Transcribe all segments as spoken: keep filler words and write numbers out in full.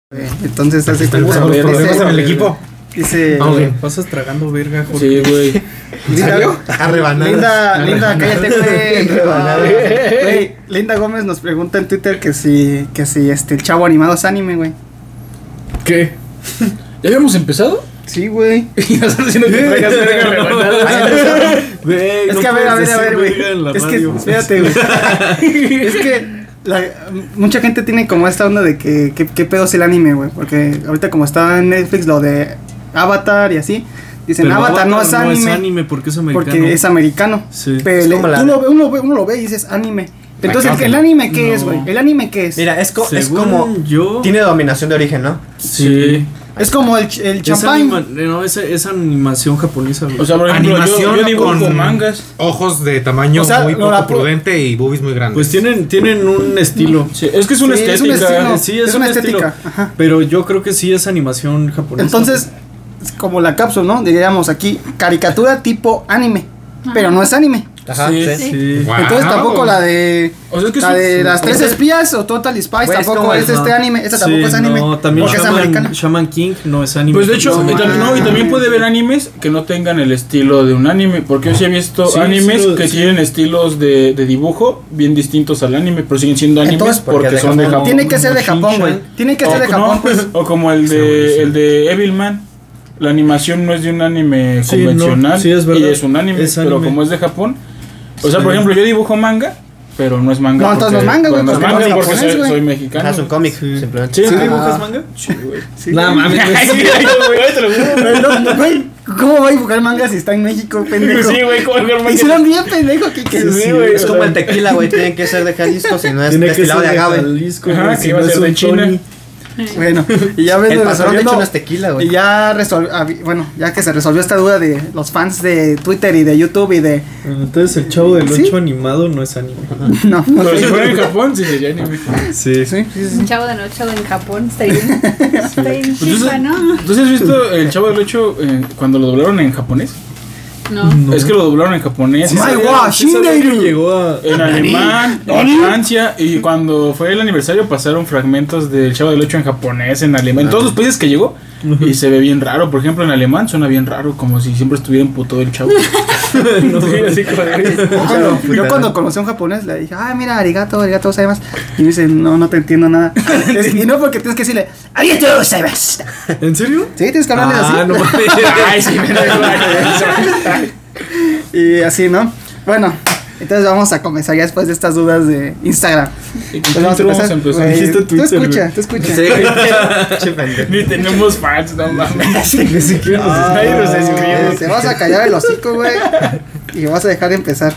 Entonces hace como como los problemas en el equipo. Dice, ah, okay. Pasas tragando verga, Jorge. Sí, güey. Linda, Arrebanada. Linda, Linda, Arrebanada. cállate, güey. Güey, Linda Gómez nos pregunta en Twitter que si, que si este el Chavo Animado es anime, güey. ¿Qué? ¿Ya habíamos empezado? Sí, güey. Y ya están diciendo que traigas verga rebanada. Güey, Es no que a ver, a ver, puedes a ver, decir güey. verga en la Es que, radio. espérate, güey. Es que la, mucha gente tiene como esta onda de que qué que pedo es el anime, güey. Porque ahorita como está en Netflix lo de Avatar y así, dicen Pero Avatar, no es anime. No es anime porque es americano. Porque es americano. Sí. Pero Es le- como la- tú lo, ve- uno, ve- uno lo ve y dices anime. Entonces, ¿el, el anime qué No. es, güey? ¿El anime qué es? Mira, es, co- es Según como. yo. Tiene dominación de origen, ¿no? Sí. Es como el, ch- el Es, champán. anima- no, es, es animación japonesa, güey. O sea, por ejemplo, Animación yo, yo dibujo con mangas. ojos de tamaño O sea, muy no, poco la pu- prudente y boobies muy grandes. pues tienen, tienen un estilo. Sí, es que es una Sí, es estética. un estilo. Sí, es, Es un una estilo. estética, ajá. Pero yo creo que sí es animación japonesa. Entonces, es como la cápsula, ¿no? Diríamos aquí, caricatura tipo anime. Pero no es anime. Ajá, Sí. sí. Sí. Wow. Entonces tampoco la de O sea, es que la es- de las tres Entonces- espías o Total Spice Güey, es tampoco como el- es este no. anime. Esta Sí, tampoco es anime. No, también porque es americana. Shaman, Shaman King no es anime. Pues de hecho, porque y es también, no, y también Ah. puede haber animes que no tengan el estilo de un anime. Porque yo sí he visto Sí, animes sí lo- que sí. tienen estilos de, de dibujo bien distintos al anime, pero siguen siendo animes Entonces, porque, porque de son de Japón. Japón. Tiene que ser de como Japón, güey. Shin-chan. Tiene que o, ser de no, Japón, pues. o como el Sí, de, sí. el de Evilman. La animación no es de un anime Sí, no, convencional sí, es verdad. y es un anime, Es pero anime. como es de Japón. O sea, Sí. por ejemplo, yo dibujo manga, pero no es manga. No, entonces porque- no es manga, güey, pero no es porque manga no es porque japonés, soy, güey. soy mexicano. Ajá, es un cómic, Sí. simplemente. Sí, ¿Sí ah, dibujas manga? Sí, güey. Sí. No mames. Ay, sí, güey, te lo juro. Pero no, güey, ¿cómo va a dibujar manga si está en México, pendejo? Sí, güey, ¿cómo dibujar manga? Hicieron bien pendejo aquí que Sí, sí, güey. Es como el tequila, güey. Tiene que ser de Jalisco, si no es Tiene que ser destilado de de agave. Jalisco, Ajá, güey, que si iba a no ser es de un China. Tony. Bueno, y ya ves El patrón, de resolviendo. hecho, no es tequila, Y güey. ya resolvió, bueno, ya que se resolvió esta duda de los fans de Twitter y de YouTube y de Entonces el Chavo del ¿Sí? ocho animado no es anime. no, no Pero sé. si fuera en Japón, sí sería anime. Sí. Sí, sí, sí. Un chavo de noche en Japón, está bien. Está bien Pues, chimba, ¿no? ¿Tú sí has visto el Chavo del Ocho eh, cuando lo doblaron en japonés? No. No. Es que lo doblaron en japonés. Sí, en- My sabía- God, sí sabía que Shinderu. llegó a En alemán, en Francia, y cuando fue el aniversario pasaron fragmentos del Chavo del Ocho en japonés, en alemán, en todos los países que llegó, y se ve bien raro. Por ejemplo, en alemán suena bien raro, como si siempre estuviera emputado el chavo. No, Sí, así como de- Yo cuando, yo cuando conocí a un japonés le dije, ah, mira, arigato, arigato gozaimasu. Y me dice, no, no te entiendo nada. Es- y no porque tienes que decirle, arigato gozaimasu. ¿En serio? Sí, tienes que hablarle Ah, así. no mames. Ay, sí, me da igual. Y así, ¿no? Bueno, entonces vamos a comenzar ya después de estas dudas de Instagram. ¿Y Pues con vamos a qué intro empezar. vamos a empezar? Güey, Dijiste tú Twitter, escucha, güey. tú escucha. Sí, güey. Che, pendejo. Ni tenemos fans, no mames. Ni siquiera nos Ah, Nadie nos escribe. Te vas a callar el hocico, güey. Y vas a dejar de empezar.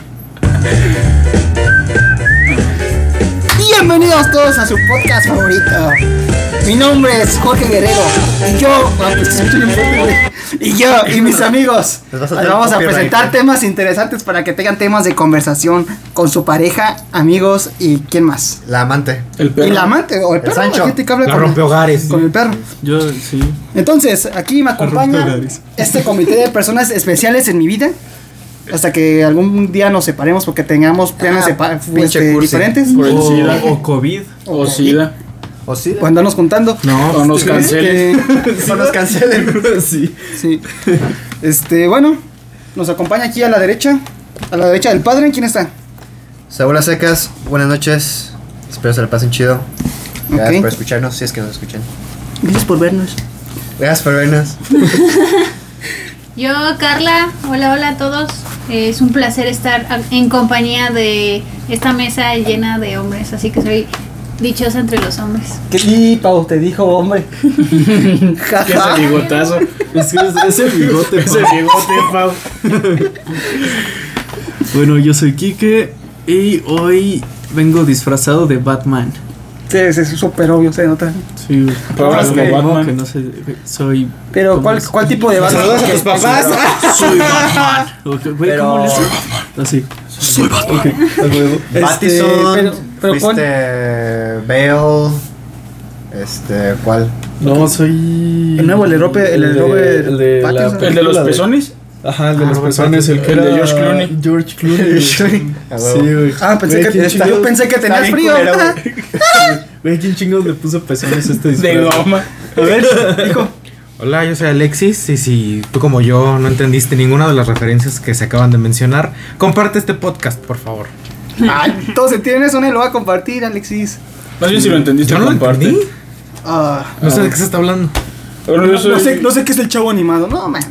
Bienvenidos todos a su podcast favorito. Mi nombre es Jorge Guerrero. Y yo, ah, pues, escucho bien fuerte, güey. Y yo y mis amigos Les vas a les hacer vamos a copyright. presentar temas interesantes para que tengan temas de conversación con su pareja, amigos y quién más. La amante. El perro. Y la amante o el perro, Sancho. la gente que habla La con, rompehogares. con el perro. Yo, sí. Entonces, aquí me acompaña rompehogares. este comité de personas especiales en mi vida. Hasta que algún día nos separemos porque tengamos planes Ah, sepa- pinche este, cursi. diferentes. Por el O, SIDA. o COVID. O SIDA. ¿O sí? Pues andarnos juntando. No, O nos cancelen. Este, No nos cancelen. Sí. sí. Este, bueno, nos acompaña aquí a la derecha. A la derecha del padre, ¿quién está? Saúl Secas, buenas noches. Espero se la pasen chido. Gracias Ok. por escucharnos, si es que nos escuchan. Gracias por vernos. Gracias por vernos. Yo, Carla, hola, hola a todos. Eh, Es un placer estar a- en compañía de esta mesa llena de hombres, así que soy dichosa entre los hombres. ¿Qué y Pau te dijo, hombre? ¿Qué es el bigotazo? Es que es, es el bigote. Ese pa. bigote, Pau. Bueno, yo soy Kike y hoy vengo disfrazado de Batman. Sí, es súper obvio, se nota. Sí, Pero ahora es como que, Batman. que no sé, soy. Pero, ¿cómo ¿cuál, es? cuál tipo de Batman? Saludos a tus papás. Soy Batman. Ok, güey, Pero- ¿cómo le hace? Así. Soy Batman. Ok, a huevo. Battison, pero- pero ¿cuál? fuiste Bale. Este, ¿cuál? No, soy. El nuevo, el de Robert- el de Robert el de la Pattinson. ¿El de los película pezones? Ajá, el de Ah, los Robert pezones, el que El de era George Clooney. George Clooney. A Sí, huevo. güey. Ah, pensé Güey, que, ¿quién yo chingados- pensé que tenías bien frío. culero, güey. Güey, ¿quién chingados le puso pezones a este De disfraz? goma. A ver, hijo. Hola, yo soy Alexis y si tú como yo no entendiste ninguna de las referencias que se acaban de mencionar, comparte este podcast, por favor. Ay, todos entienden eso, no lo va a compartir, Alexis. Más bien si lo entendiste, Yo no lo comparte. entendí. Ah, No sé de qué se está hablando. Bueno, yo soy, no, sé, no sé qué es el chavo animado. No mames.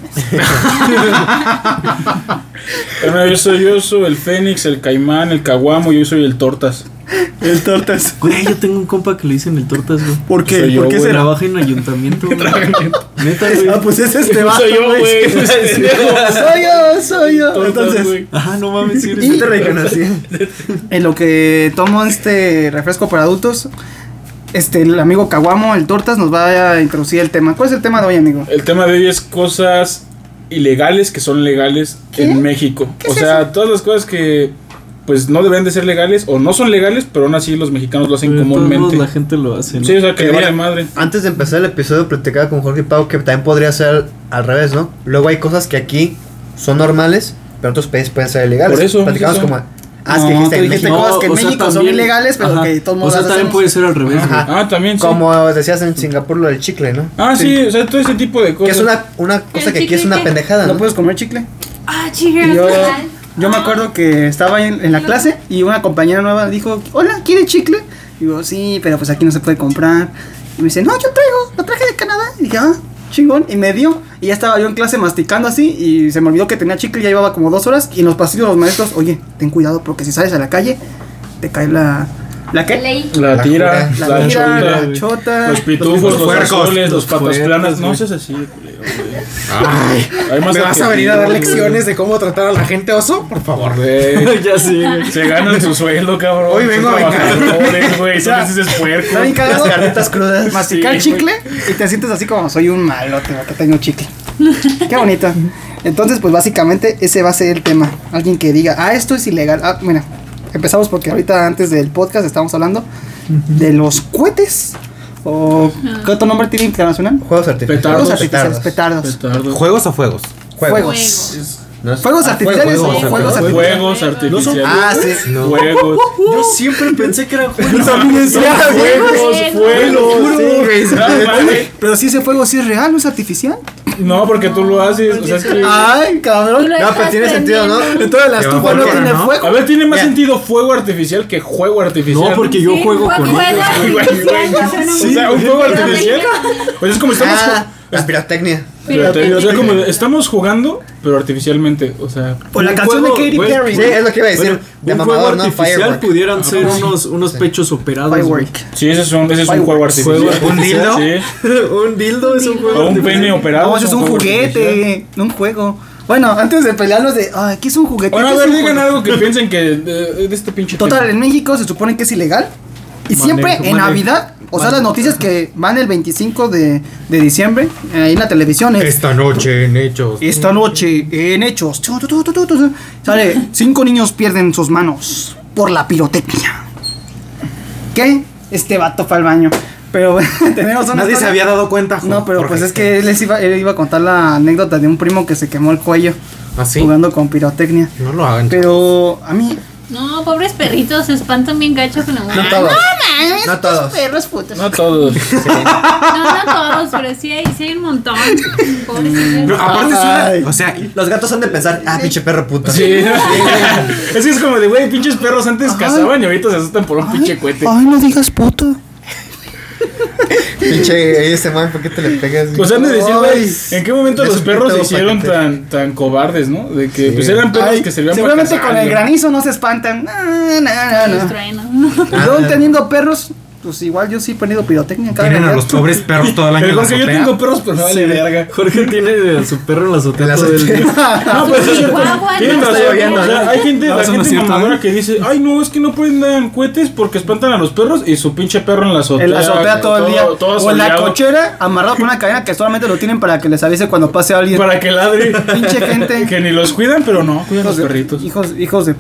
bueno, yo soy yo soy el Fénix, el Caimán, el Caguamo, yo soy el Tortas. El tortas. Güey, yo tengo un compa que le dicen el tortas, güey. ¿Por qué? Soy yo, ¿Por qué güey. será? Trabaja en ayuntamiento, güey. Neta, güey. Ah, pues es este vato, soy yo, güey. Soy yo, soy yo. Tortas, Entonces, güey. Ajá, no mames, si eres Y- el te tortas. en lo que tomo este refresco para adultos, este, el amigo Caguamo, el tortas, nos va a introducir el tema. ¿Cuál es el tema de hoy, amigo? El tema de hoy es cosas ilegales que son legales ¿Qué? en México. O sea, todas las cosas que pues no deberían de ser legales o no son legales, pero aún así los mexicanos lo hacen Pero de todos modos comúnmente. la gente lo hace, ¿no? Sí, o sea, que le Mira, vale madre. Antes de empezar el episodio platicaba con Jorge y Pau que también podría ser al revés, ¿no? Luego hay cosas que aquí son normales, pero en otros países pueden ser ilegales. Por eso, Platicamos eso. como, ah, es No, que dijiste tú en dijiste México. cosas que en o sea, México son también- ilegales, pero ajá. que de todos O modos sea, las también hacemos. puede ser al revés, güey. Ajá. Ah, también sí. Como decías en Singapur lo del chicle, ¿no? Ah, sí, o sea, todo ese tipo de Que cosas. es una, una cosa ¿El que aquí es chicle una qué? pendejada, ¿No ¿no? puedes comer chicle? Ah, Y chicas. yo, yo me acuerdo que estaba en, en la clase y una compañera nueva dijo, hola, ¿quiere chicle? Y digo, sí, pero pues aquí no se puede comprar. Y me dice, no, yo traigo, lo traje de Canadá. Y dije, ah, chingón. Y me dio. Y ya estaba yo en clase masticando así y se me olvidó que tenía chicle. Ya llevaba como dos horas. Y en los pasillos los maestros, oye, ten cuidado porque si sales a la calle, te cae la... ¿La qué? Ley. La La tira, jura. la, La tira, chota, la chota. los pitufos, los, puercos, azules, los los patas puercos, planas. No güey. seas así, culero, güey. Ay, Hay más ¿me vas a venir a dar adjetivos, lecciones de cómo tratar a la gente, oso? Por favor. güey. Ya sí, güey. Se ganan su sueldo, cabrón. Hoy vengo Son a vengar. trabajadores, güey. Son esos Está bien puercos. cagado. Las carnitas crudas. Masticar Sí, chicle y te sientes así como soy un malote porque tengo chicle. Qué bonito. Entonces, pues básicamente ese va a ser el tema. Alguien que diga, ah, esto es ilegal. Ah, mira, empezamos porque ahorita antes del podcast estamos hablando de los cohetes. O, ¿qué otro nombre tiene internacional? Juegos artificiales. Petardos. Fuegos artificiales, petardos. Petardo. ¿Juegos o fuegos? Fuegos. ¿No es? ¿Fuegos Ah, artificiales fuegos, o fuegos, fuegos fuegos. artificiales? Fuegos artificiales. Ah, sí. No. Fuegos. Yo siempre pensé que eran juegos. Fuegos, fuegos. Sí, güey. No, mames. Pero si ese fuego sí es real, no es artificial. No, porque tú lo haces. O sea, es que. Ay, cabrón. Tú lo No, pero estás tiene sentido, ¿no? prendiendo. Entonces la Te va estufa a no volver, tiene ¿no? fuego. A ver, tiene más Ya. sentido fuego artificial que juego artificial. No, porque yo Sí, juego fue- con juego ellos. Güey, artificial, güey. o sea, no- O sea, un fuego Pero artificial. México- Pues es como estamos. Ah, ju- la pirotecnia. Pero te digo, o sea, como estamos jugando, pero artificialmente. O sea, O la Un canción de juego, Katy güey, Perry. Sí, es lo que iba a decir. Bueno, de un mamador, fuego ¿no? artificial Firework. pudieran ser unos, unos pechos operados. güey. Firework. sí, ese es un, ese es un Fireworks. juego artificial. Fuego ¿Un dildo? Sí. Un dildo es un juego O un artificial. pene operado. No, ese es un juego artificial. juguete, no un juego. Bueno, antes de pelearnos de, ay, ¿qué es un juguete? Bueno, a ¿Qué es ver, un digan juego? algo que piensen que de, de este pinche Total, tema. en México se supone que es ilegal. Y Manejo, siempre en manejo. Navidad, o sea, las Manejo. noticias que van el veinticinco de, de diciembre, eh, ahí en la televisión es, Esta noche en Hechos. esta noche en Hechos, tu, tu, tu, tu, tu, tu, sale, cinco niños pierden sus manos por la pirotecnia. ¿Qué? Este vato fue al baño. Pero tenemos una Nadie se historia- había dado cuenta. jo- No, pero Jorge. pues es que él, les iba, él iba a contar la anécdota de un primo que se quemó el cuello ¿Así? jugando con pirotecnia. No lo hagan. Pero a mí, No, pobres perritos, se espantan bien gacho con la No todos. mames, No todos. perros putos. No todos. No, no todos, pero sí hay, sí hay un montón. Pobrecitos. No, aparte Ay. suena. O sea, Los gatos han de pensar, ah, pinche perro puta. Sí. Es que es como de, güey, pinches perros antes cazaban y ahorita se asustan por un pinche cohete. Ay, no digas puto. Pinche ese man, ¿por qué te le pegas? Pues han de decir, güey, Ay. ¿en qué momento Es los un perros se pito hicieron paquete. tan, tan cobardes, no? De que Sí. pues eran perros Ay, que servían para seguramente cazar. con el güey. granizo no se espantan. No, no, no, Los no. truenos. Yo Ah. teniendo perros, pues igual yo sí he tenido pirotecnia cada tienen a Navidad. los pobres perros todo el año. El en la Jorge, yo azotea. tengo perros, pero me vale verga. Jorge tiene a su perro en la azotea En la todo el azotea. día. No, pero sí es cierto. Chihuahua, Tienen no razón. está lloviendo, O sea, ¿no? hay gente, No, la eso no gente es cierto, mamadora ¿eh? que dice, ay, no, es que no prendan cohetes porque espantan a los perros y su pinche perro en la azotea. En la azotea todo el día. todo o en la soleado, cochera, amarrado con una cadena que solamente lo tienen para que les avise cuando pase alguien. Para que ladre. Pinche gente. Que ni los cuidan, pero no, cuidan Hijos los de, perritos. hijos, hijos de puta.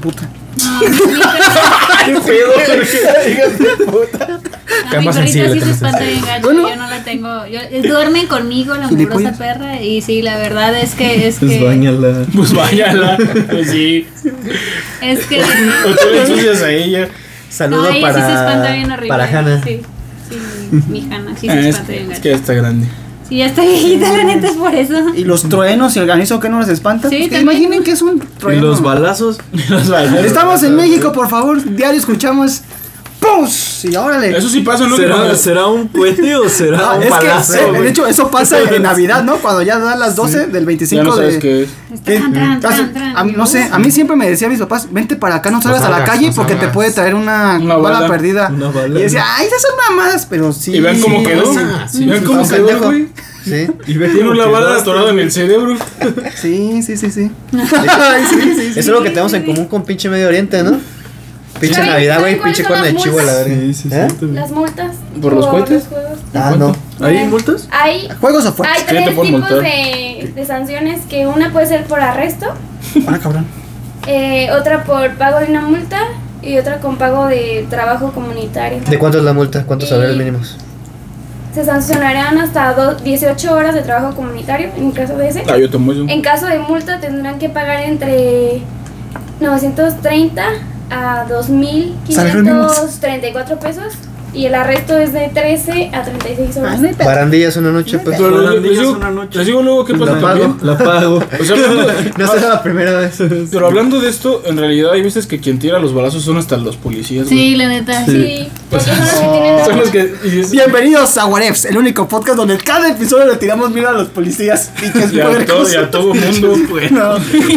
No, mi perrita, ¿Qué pedo? no, Qué mi más perrita sensible sí se te espanta bien gacho. Bueno. Yo no la tengo. Yo, eh, duerme conmigo la ¿Gilipollas? mugrosa perra. Y sí, la verdad es que. Es Pues que, bañala. Pues váyala. Pues sí. es que. O tú le ensucias a ella. Saludo no, ella para, sí se espanta bien horrible. para Hanna. Sí, sí, mi Hanna sí se Ah, es, espanta bien es gacho. que ya está grande. Sí, ya está viejita, la neta es por eso. Y los truenos y el granizo que no les espanta. Sí, Pues que también. imaginen que es un Y trueno. los balazos. Los balazos. Estamos en México, por favor. Diario escuchamos. ¡Pus! Y órale. Eso sí pasa, ¿no? Que ¿Será, cuando- ¿Será un cohete o será No, un es balazo? que, eh, güey? de hecho, eso pasa en Navidad, ¿no? Cuando ya dan las doce del ya veinticinco no sabes de. qué es. ¿Qué? Tran, tran, tran, Hace- tran. a mí- no sé, a mí siempre me decían mis papás, vente para acá, no salgas a la salgas, calle no porque te salgas. puede traer una, Una bala, bala. perdida. Una bala. Y decía, ay, esas son mamadas, pero sí. Y vean cómo sí, quedó. sí. Vean cómo Está quedó, pendejo. güey. Sí. Y ve Tiene cómo una bala quedaste, atorada en güey. el cerebro. Sí, sí, sí, sí. Ay, sí, sí, sí. Eso es lo que tenemos en común con pinche Medio Oriente, ¿no? Pinche ¿Saben- Navidad, güey, saben cuáles pinche son cuerno de las chivo, la multas? verga. Sí, sí, sí. ¿Eh? también. Las multas. ¿Por los o cohetes? juegos. Ah, no. ¿Hay multas? Hay, ¿Juegos o fuertes? hay ¿Qué te tres pueden tipos multar? de, de sanciones, que una puede ser por arresto, Ah, cabrón. eh, otra por pago de una multa y otra con pago de trabajo comunitario. ¿De cuánto es la multa? ¿Cuántos Y- salarios mínimos? Se sancionarán hasta do- dieciocho horas de trabajo comunitario en caso de ese. Ah, yo tomo eso. En caso de multa tendrán que pagar entre novecientos treinta a dos mil quinientos treinta y cuatro pesos y el arresto es de trece a treinta y seis Ah, horas. no hay pedo. Barandillas una noche, pues. Pero Solo les, les días, digo, una noche. les digo luego qué pasa La pago. también. La pago. O sea, hablando de, No será la primera vez. pero hablando de esto, en realidad hay veces que quien tira los balazos son hasta los policías, güey. Sí, la neta. Sí. Sí, porque son los que tienen Son los que... y es- Bienvenidos a Warefs, el único podcast donde cada episodio le tiramos miedo a los policías. Pinches y a todo, puercos. y a todo mundo. No.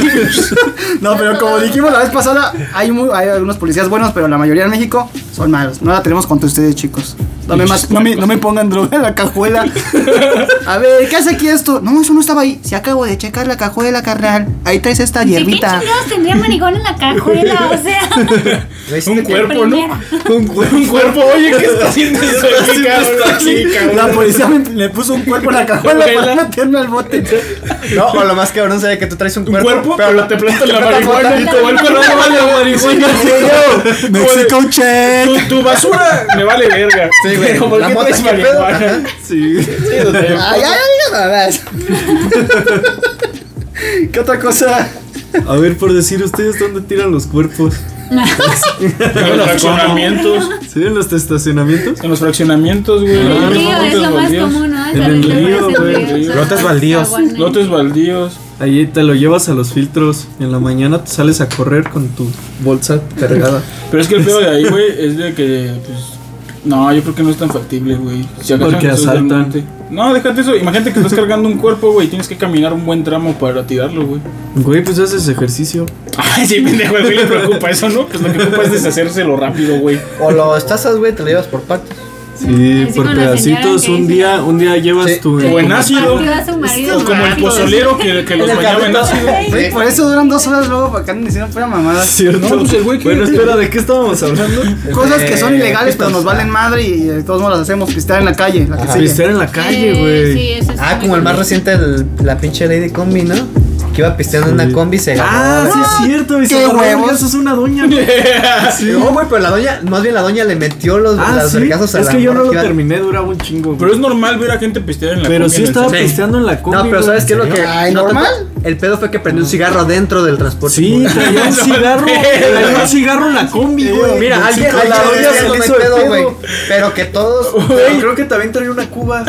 No, pero como dijimos la vez pasada, hay, muy, hay algunos policías buenos, pero la mayoría en México son malos. No la tenemos contra ustedes, chicos. No me, mas- no me, no me pongan droga en la cajuela. A ver, ¿qué hace aquí esto? No, eso no estaba ahí. Si acabo de checar la cajuela, carnal. Ahí traes esta ¿De qué hierbita. chingados tendría marihuana en la cajuela? O sea, Un cuerpo, ¿no? primera. Un, cu- un cuerpo, oye, ¿qué está haciendo eso aquí, cabrón? Sí, cabrón. La policía me, me puso un cuerpo en la cajuela para meterme al bote. No, o lo más cabrón sería que tú traes un Un cuerpo, cuerpo, pero pero te plantan la marihuana y como el cuerpo no vale la marihuana. Mexico check. Tu, tu basura me vale verga. Sí, güey. Como La que mota, traes ¿qué pedo? marihuana. Ajá. Sí. Sí, o sea, Ay, ay, ay, nada más. ¿Qué otra cosa? A ver, por decir ustedes, ¿dónde tiran los cuerpos? en los fraccionamientos. ¿Sí? ¿En los estacionamientos? En los fraccionamientos, güey. En En el los río es lotes lo más baldíos. común, ¿no? En el río, güey. río. Lotes baldíos. Lotes baldíos. Ahí te lo llevas a los filtros. En la mañana te sales a correr con tu bolsa cargada. Pero es que el pedo de ahí, güey, es de que, pues. No, yo creo que no es tan factible, güey. Si acaso Porque estás del asaltan. monte. No, déjate eso. Imagínate que estás cargando un cuerpo, güey. Tienes que caminar un buen tramo para tirarlo, güey. Güey, pues haces ejercicio. Ay, sí, pendejo, güey, le preocupa eso, ¿no? Pues lo que ocupa es deshacérselo rápido, güey. O lo estazas, güey, te lo llevas por partes. Sí, Así por con la señora pedacitos. que Un dice- día, un día llevas Sí. tu. O en ácido. Partió a su marido O como el rápido. pozolero que, que los bañaba en ácido. Sí, por eso duran dos horas luego para que anden diciendo fuera mamada. ¿Cierto? No, pues el güey que- Bueno, espera, ¿de qué estábamos hablando? Cosas que son Eh, ilegales, pero nos pistas. valen madre y de todos modos las hacemos. Pistear en la calle, la que Ajá. sigue. Pistear en la calle, Eh, güey. sí, eso es Ah, muy como el más cool. reciente, el- la pinche Lady Combi, ¿no? Que iba pisteando en Sí. una combi y se Ah, sí es cierto, y se ¡Qué agarró huevos! vergazos una doña. güey. No, güey, pero la doña, más bien la doña le metió los, Ah, las sí. vergazos a Es la que yo no morra lo iba- terminé, duraba un chingo. güey. Pero es normal ver a gente pistear en la Pero combi sí en el estaba centro. pisteando en la combi. No, pero güey. ¿sabes qué es lo que? Ay, no ¿normal? tanto- El pedo fue que prendió un cigarro dentro del transporte. Sí, público. traía un cigarro. Traía un cigarro en la combi, güey. Mira, alguien, Sí, a la sí, doña sí, se no le hay hizo pedo, pedo. güey. Pero que todos. Pero creo que también traía una cuba.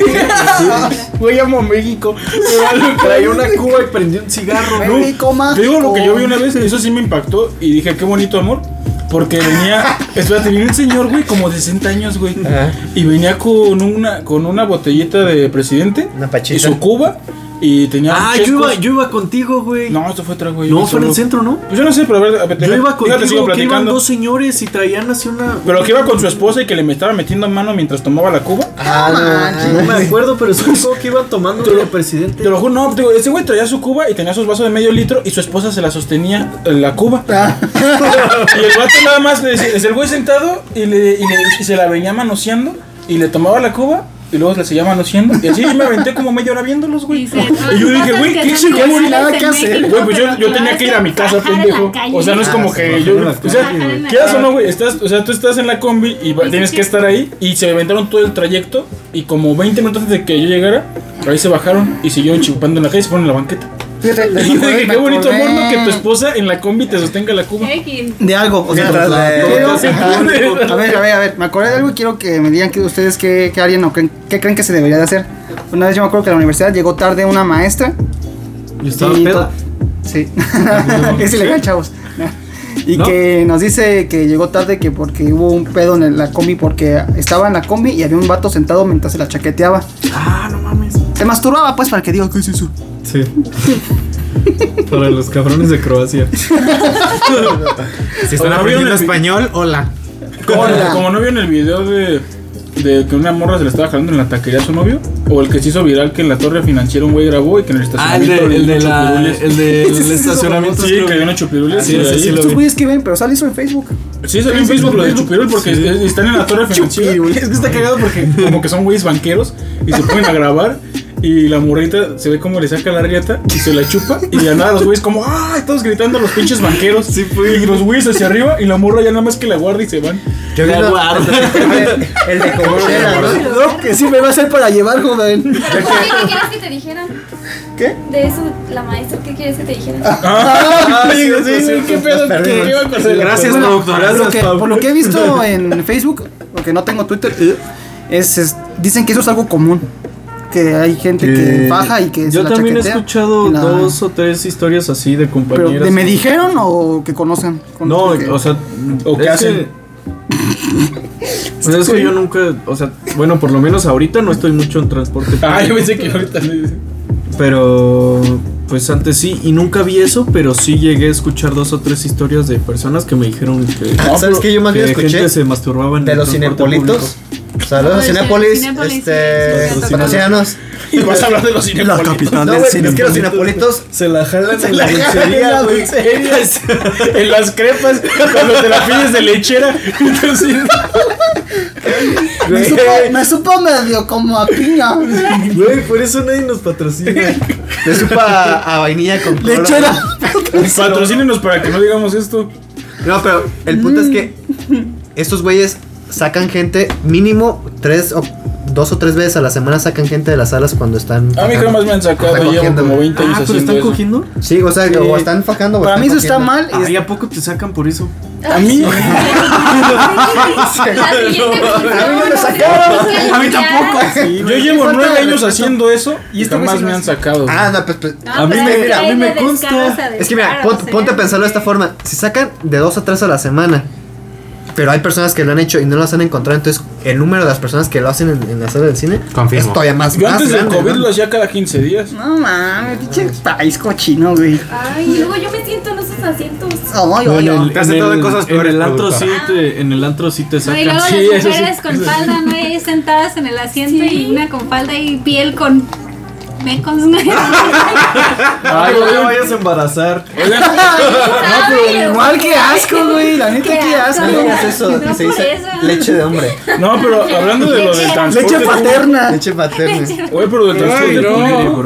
Güey, amo a México. Traía una cuba y prendió un cigarro. ¿no? México mágico. Te digo lo que yo vi una vez, eso sí me impactó y dije, qué bonito amor. Porque venía, espérate, venía un señor, güey, como de sesenta años, güey. Ajá. Y venía con una, con una botellita de presidente. Una pachita. Y su cuba. Y tenía. Ah, yo chescos. iba, yo iba contigo, güey. No, esto fue otra, güey. No, yo fue en el solo. centro, ¿no? Pues yo no sé, pero a ver, a ver, Yo deja- iba fíjate, sigo contigo, que iban platicando. dos señores y traían así una. Pero que iba con su esposa y que le me estaba metiendo mano mientras tomaba la cuba. Ah, no, No me acuerdo, pero supongo que iban tomando el presidente. Te lo juro, no, digo, ese güey traía su cuba y tenía sus vasos de medio litro y su esposa se la sostenía en la cuba. Ah. Y el vato nada más le decía, es el güey sentado y, le, y, le- y se la venía manoseando y le tomaba la cuba y luego le seguía manoseando. Y así me aventé como media hora viéndolos, güey. Dice, Y yo dije, güey, ¿qué se chingón? hay nada que hacer. Güey, pues yo, yo tenía que ir a mi casa, pendejo. O sea, no es como Ah, se que bajaron yo. a la O sea, calle, güey. quieras o no, güey. Estás, o sea, tú estás en la combi y va- tienes que estar ahí. Y se aventaron todo el trayecto. Y como veinte minutos antes de que yo llegara, ahí se bajaron y siguieron chupando en la calle y se fueron en la banqueta. Fíjate, Y yo dije, me qué bonito acordé amor, ¿no? Que tu esposa en la combi te sostenga la cuba. X. de algo, o sea, Mientras la- pero- se ajá. pude. a ver, a ver, a ver, me acordé de algo y quiero que me digan que ustedes qué, qué harían o qué, qué creen que se debería de hacer. Una vez yo me acuerdo que a la universidad llegó tarde una maestra. Yo estaba y pedo. to- Sí, es ilegal, chavos. Y ¿No? que nos dice que llegó tarde que porque hubo un pedo en la combi porque estaba en la combi y había un vato sentado mientras se la chaqueteaba. Ah, no mames. Se masturbaba pues para que diga, ¿qué es eso? Sí. Para los cabrones de Croacia. Si están Ahora, aprendiendo ¿vieron el vi- español, hola. Como, Hola. como no vieron el video de, de que una morra se le estaba jalando en la taquería a su novio. O el que se hizo viral que en la torre financiera un güey grabó y que en el Ah, el, estacionamiento de, el, le de dio la, chupirules. el del Sí, sí, sí, estacionamiento. Sí, que dio unos chupirules. Sí, y ese ahí- sí lo Estos vi. güeyes que ven, pero sale eso en Facebook. Sí, salió en Facebook lo de Chupirul porque están en la torre financiera. Es que está cagado porque como que son güeyes banqueros y se ponen a grabar y la morrita se ve como le saca la riata y se la chupa y de la nada los güeyes como ¡ay! Todos gritando a los pinches banqueros. Sí, fue. Y los güeyes hacia arriba y la morra ya nada más que la guarda y se van. Yo vi La una- guarda. el de Coachella, ¿no? No, que sí me va a hacer para llevar, joven. Pero, ¿qué quieres que te dijeran? ¿Qué? De eso, la maestra, ¿qué quieres que te dijeran? Ah, sí, cierto, sí, cierto, qué pedo. perdimos. ¿Qué iba a pasar? Gracias, Bueno, productor. por lo, Gracias, que, Pau. por lo que he visto en Facebook, porque no tengo Twitter, eh, es, es- dicen que eso es algo común. Que hay gente que Eh, faja y que se Yo la también he chaquetea. escuchado La- dos o tres historias así de Pero, compañeros. ¿de me dijeron o que conocen? No, Que- o sea, ¿O qué es hacen? que- Pues es que yo nunca, o sea, bueno, por lo menos ahorita no estoy mucho en transporte Ah, yo público, pensé que ahorita le- pero pues antes sí, y nunca vi eso, pero sí llegué a escuchar dos o tres historias de personas que me dijeron que, No, ¿Sabes qué? Yo más bien que escuché gente se masturbaba en de el los transporte cinepolitos. Saludos a Ay, sí, Cinépolis. Cinépolis, Este. sí, sí, sí, Patrocínanos. Y vas a hablar de los cinepolitos. No, güey, es que los cinepolitos. se la jalan en La la jalan en dulcería, la güey. dulcería. En las crepas, cuando te la pides de lechera. Entonces, Me supo, me supo medio como a piña. Güey, por eso nadie nos patrocina. Me supa a vainilla con cola. Lechera. patrocínenos para que no digamos esto. No, pero el punto es que estos güeyes sacan gente mínimo tres o dos o tres veces a la semana sacan gente de las salas cuando están. A mí fajando. jamás me han sacado, Están llevo cogiendo, como güey. veinte años Ah, pero haciendo están eso. cogiendo. Sí, o sea, Sí. o están fajando. o Para están mí eso está cogiendo. mal. y Ay, ¿a poco te sacan por eso? A mí, La siguiente A mí tampoco. yo llevo falta nueve de años respeto. haciendo eso Y y esto jamás me me han hace- sacado. Ah, no, pues, pues A mí me- pero a mí hay me de consta. descaros a es que mira, descaros, pon- ¿eh? ponte a pensarlo de esta forma. Si sacan de dos a tres a la semana, pero hay personas que lo han hecho y no las han encontrado, entonces el número de las personas que lo hacen en, en la sala del cine Confirmo. es todavía más, Yo más antes del grande, COVID ¿no? lo hacía cada quince días. No mames, pinche país cochino, güey. Ay, y luego yo me siento en esos asientos. Ay, No, ay, en ay. el, Te has en sentado el- en cosas en peores, el antro productor. sí te, en el antro sí te No, y sacan. luego Sí, las eso sí. mujeres con falda, ¿no? Y sentadas en el asiento Sí. y una con falda y piel con mecos. Ay, no te vayas a embarazar. Oigan, No, pero Igual que asco, güey. La neta, Qué qué asco. No digas eso, No se por dice eso. leche de hombre, no, pero hablando de lo del transporte. Leche paterna. leche materna. Oye, pero del transporte Ay, público. bro.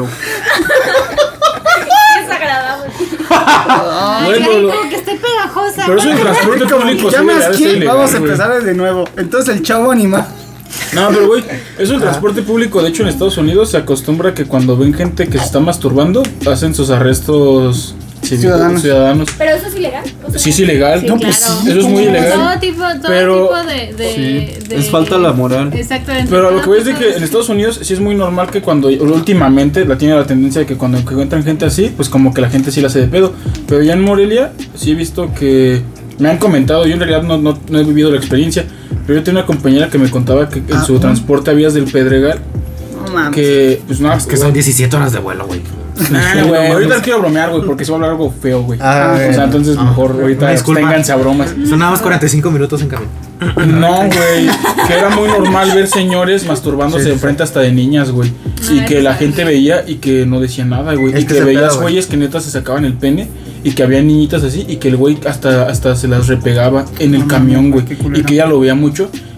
Es agradable. Ay, Bueno, ay, lo- como que estoy pegajosa. Pero eso del transporte público. Ya sí, me debería asqué, ser ilegal, vamos a güey. empezar desde nuevo. Entonces el chavo animal. No, pero güey, eso del transporte público, de hecho en Estados Unidos se acostumbra que cuando ven gente que se está masturbando, hacen sus arrestos cívicos, Ciudadanos. ciudadanos. Pero eso es ilegal. O sea, Sí, es ilegal. Sí, No, claro. pues sí, eso es muy ilegal. Todo tipo, todo Pero- tipo de, de, Sí, de- es falta la moral. Exactamente. Pero a lo todo que voy es de tipo que en Estados Unidos sí es muy normal que cuando últimamente la tiene la tendencia de que cuando encuentran gente así, pues como que la gente sí la hace de pedo. Pero ya en Morelia sí he visto que me han comentado, yo en realidad no, no, no he vivido la experiencia, pero yo tenía una compañera que me contaba que en Ah, su ¿mm? transporte a vías del Pedregal, No mames. que pues no, Es que son diecisiete horas de vuelo, güey. Nah, güey, ahorita no quiero bromear, güey, porque se va a hablar algo feo, güey. Ah, o sea, entonces Ah, mejor ahorita una disculpa. ténganse a bromas. Son nada más cuarenta y cinco minutos en camino. No, güey, que era muy normal ver señores masturbándose Sí, de frente hasta de niñas, güey. Y Ah, que eso la está gente bien. veía y que no decía nada, güey. Es Y que que ese veías pedo, güey. güeyes que neta se sacaban el pene y que había niñitas así y que el güey hasta, hasta se las repegaba en el camión, güey. qué culero. Y que ella lo veía mucho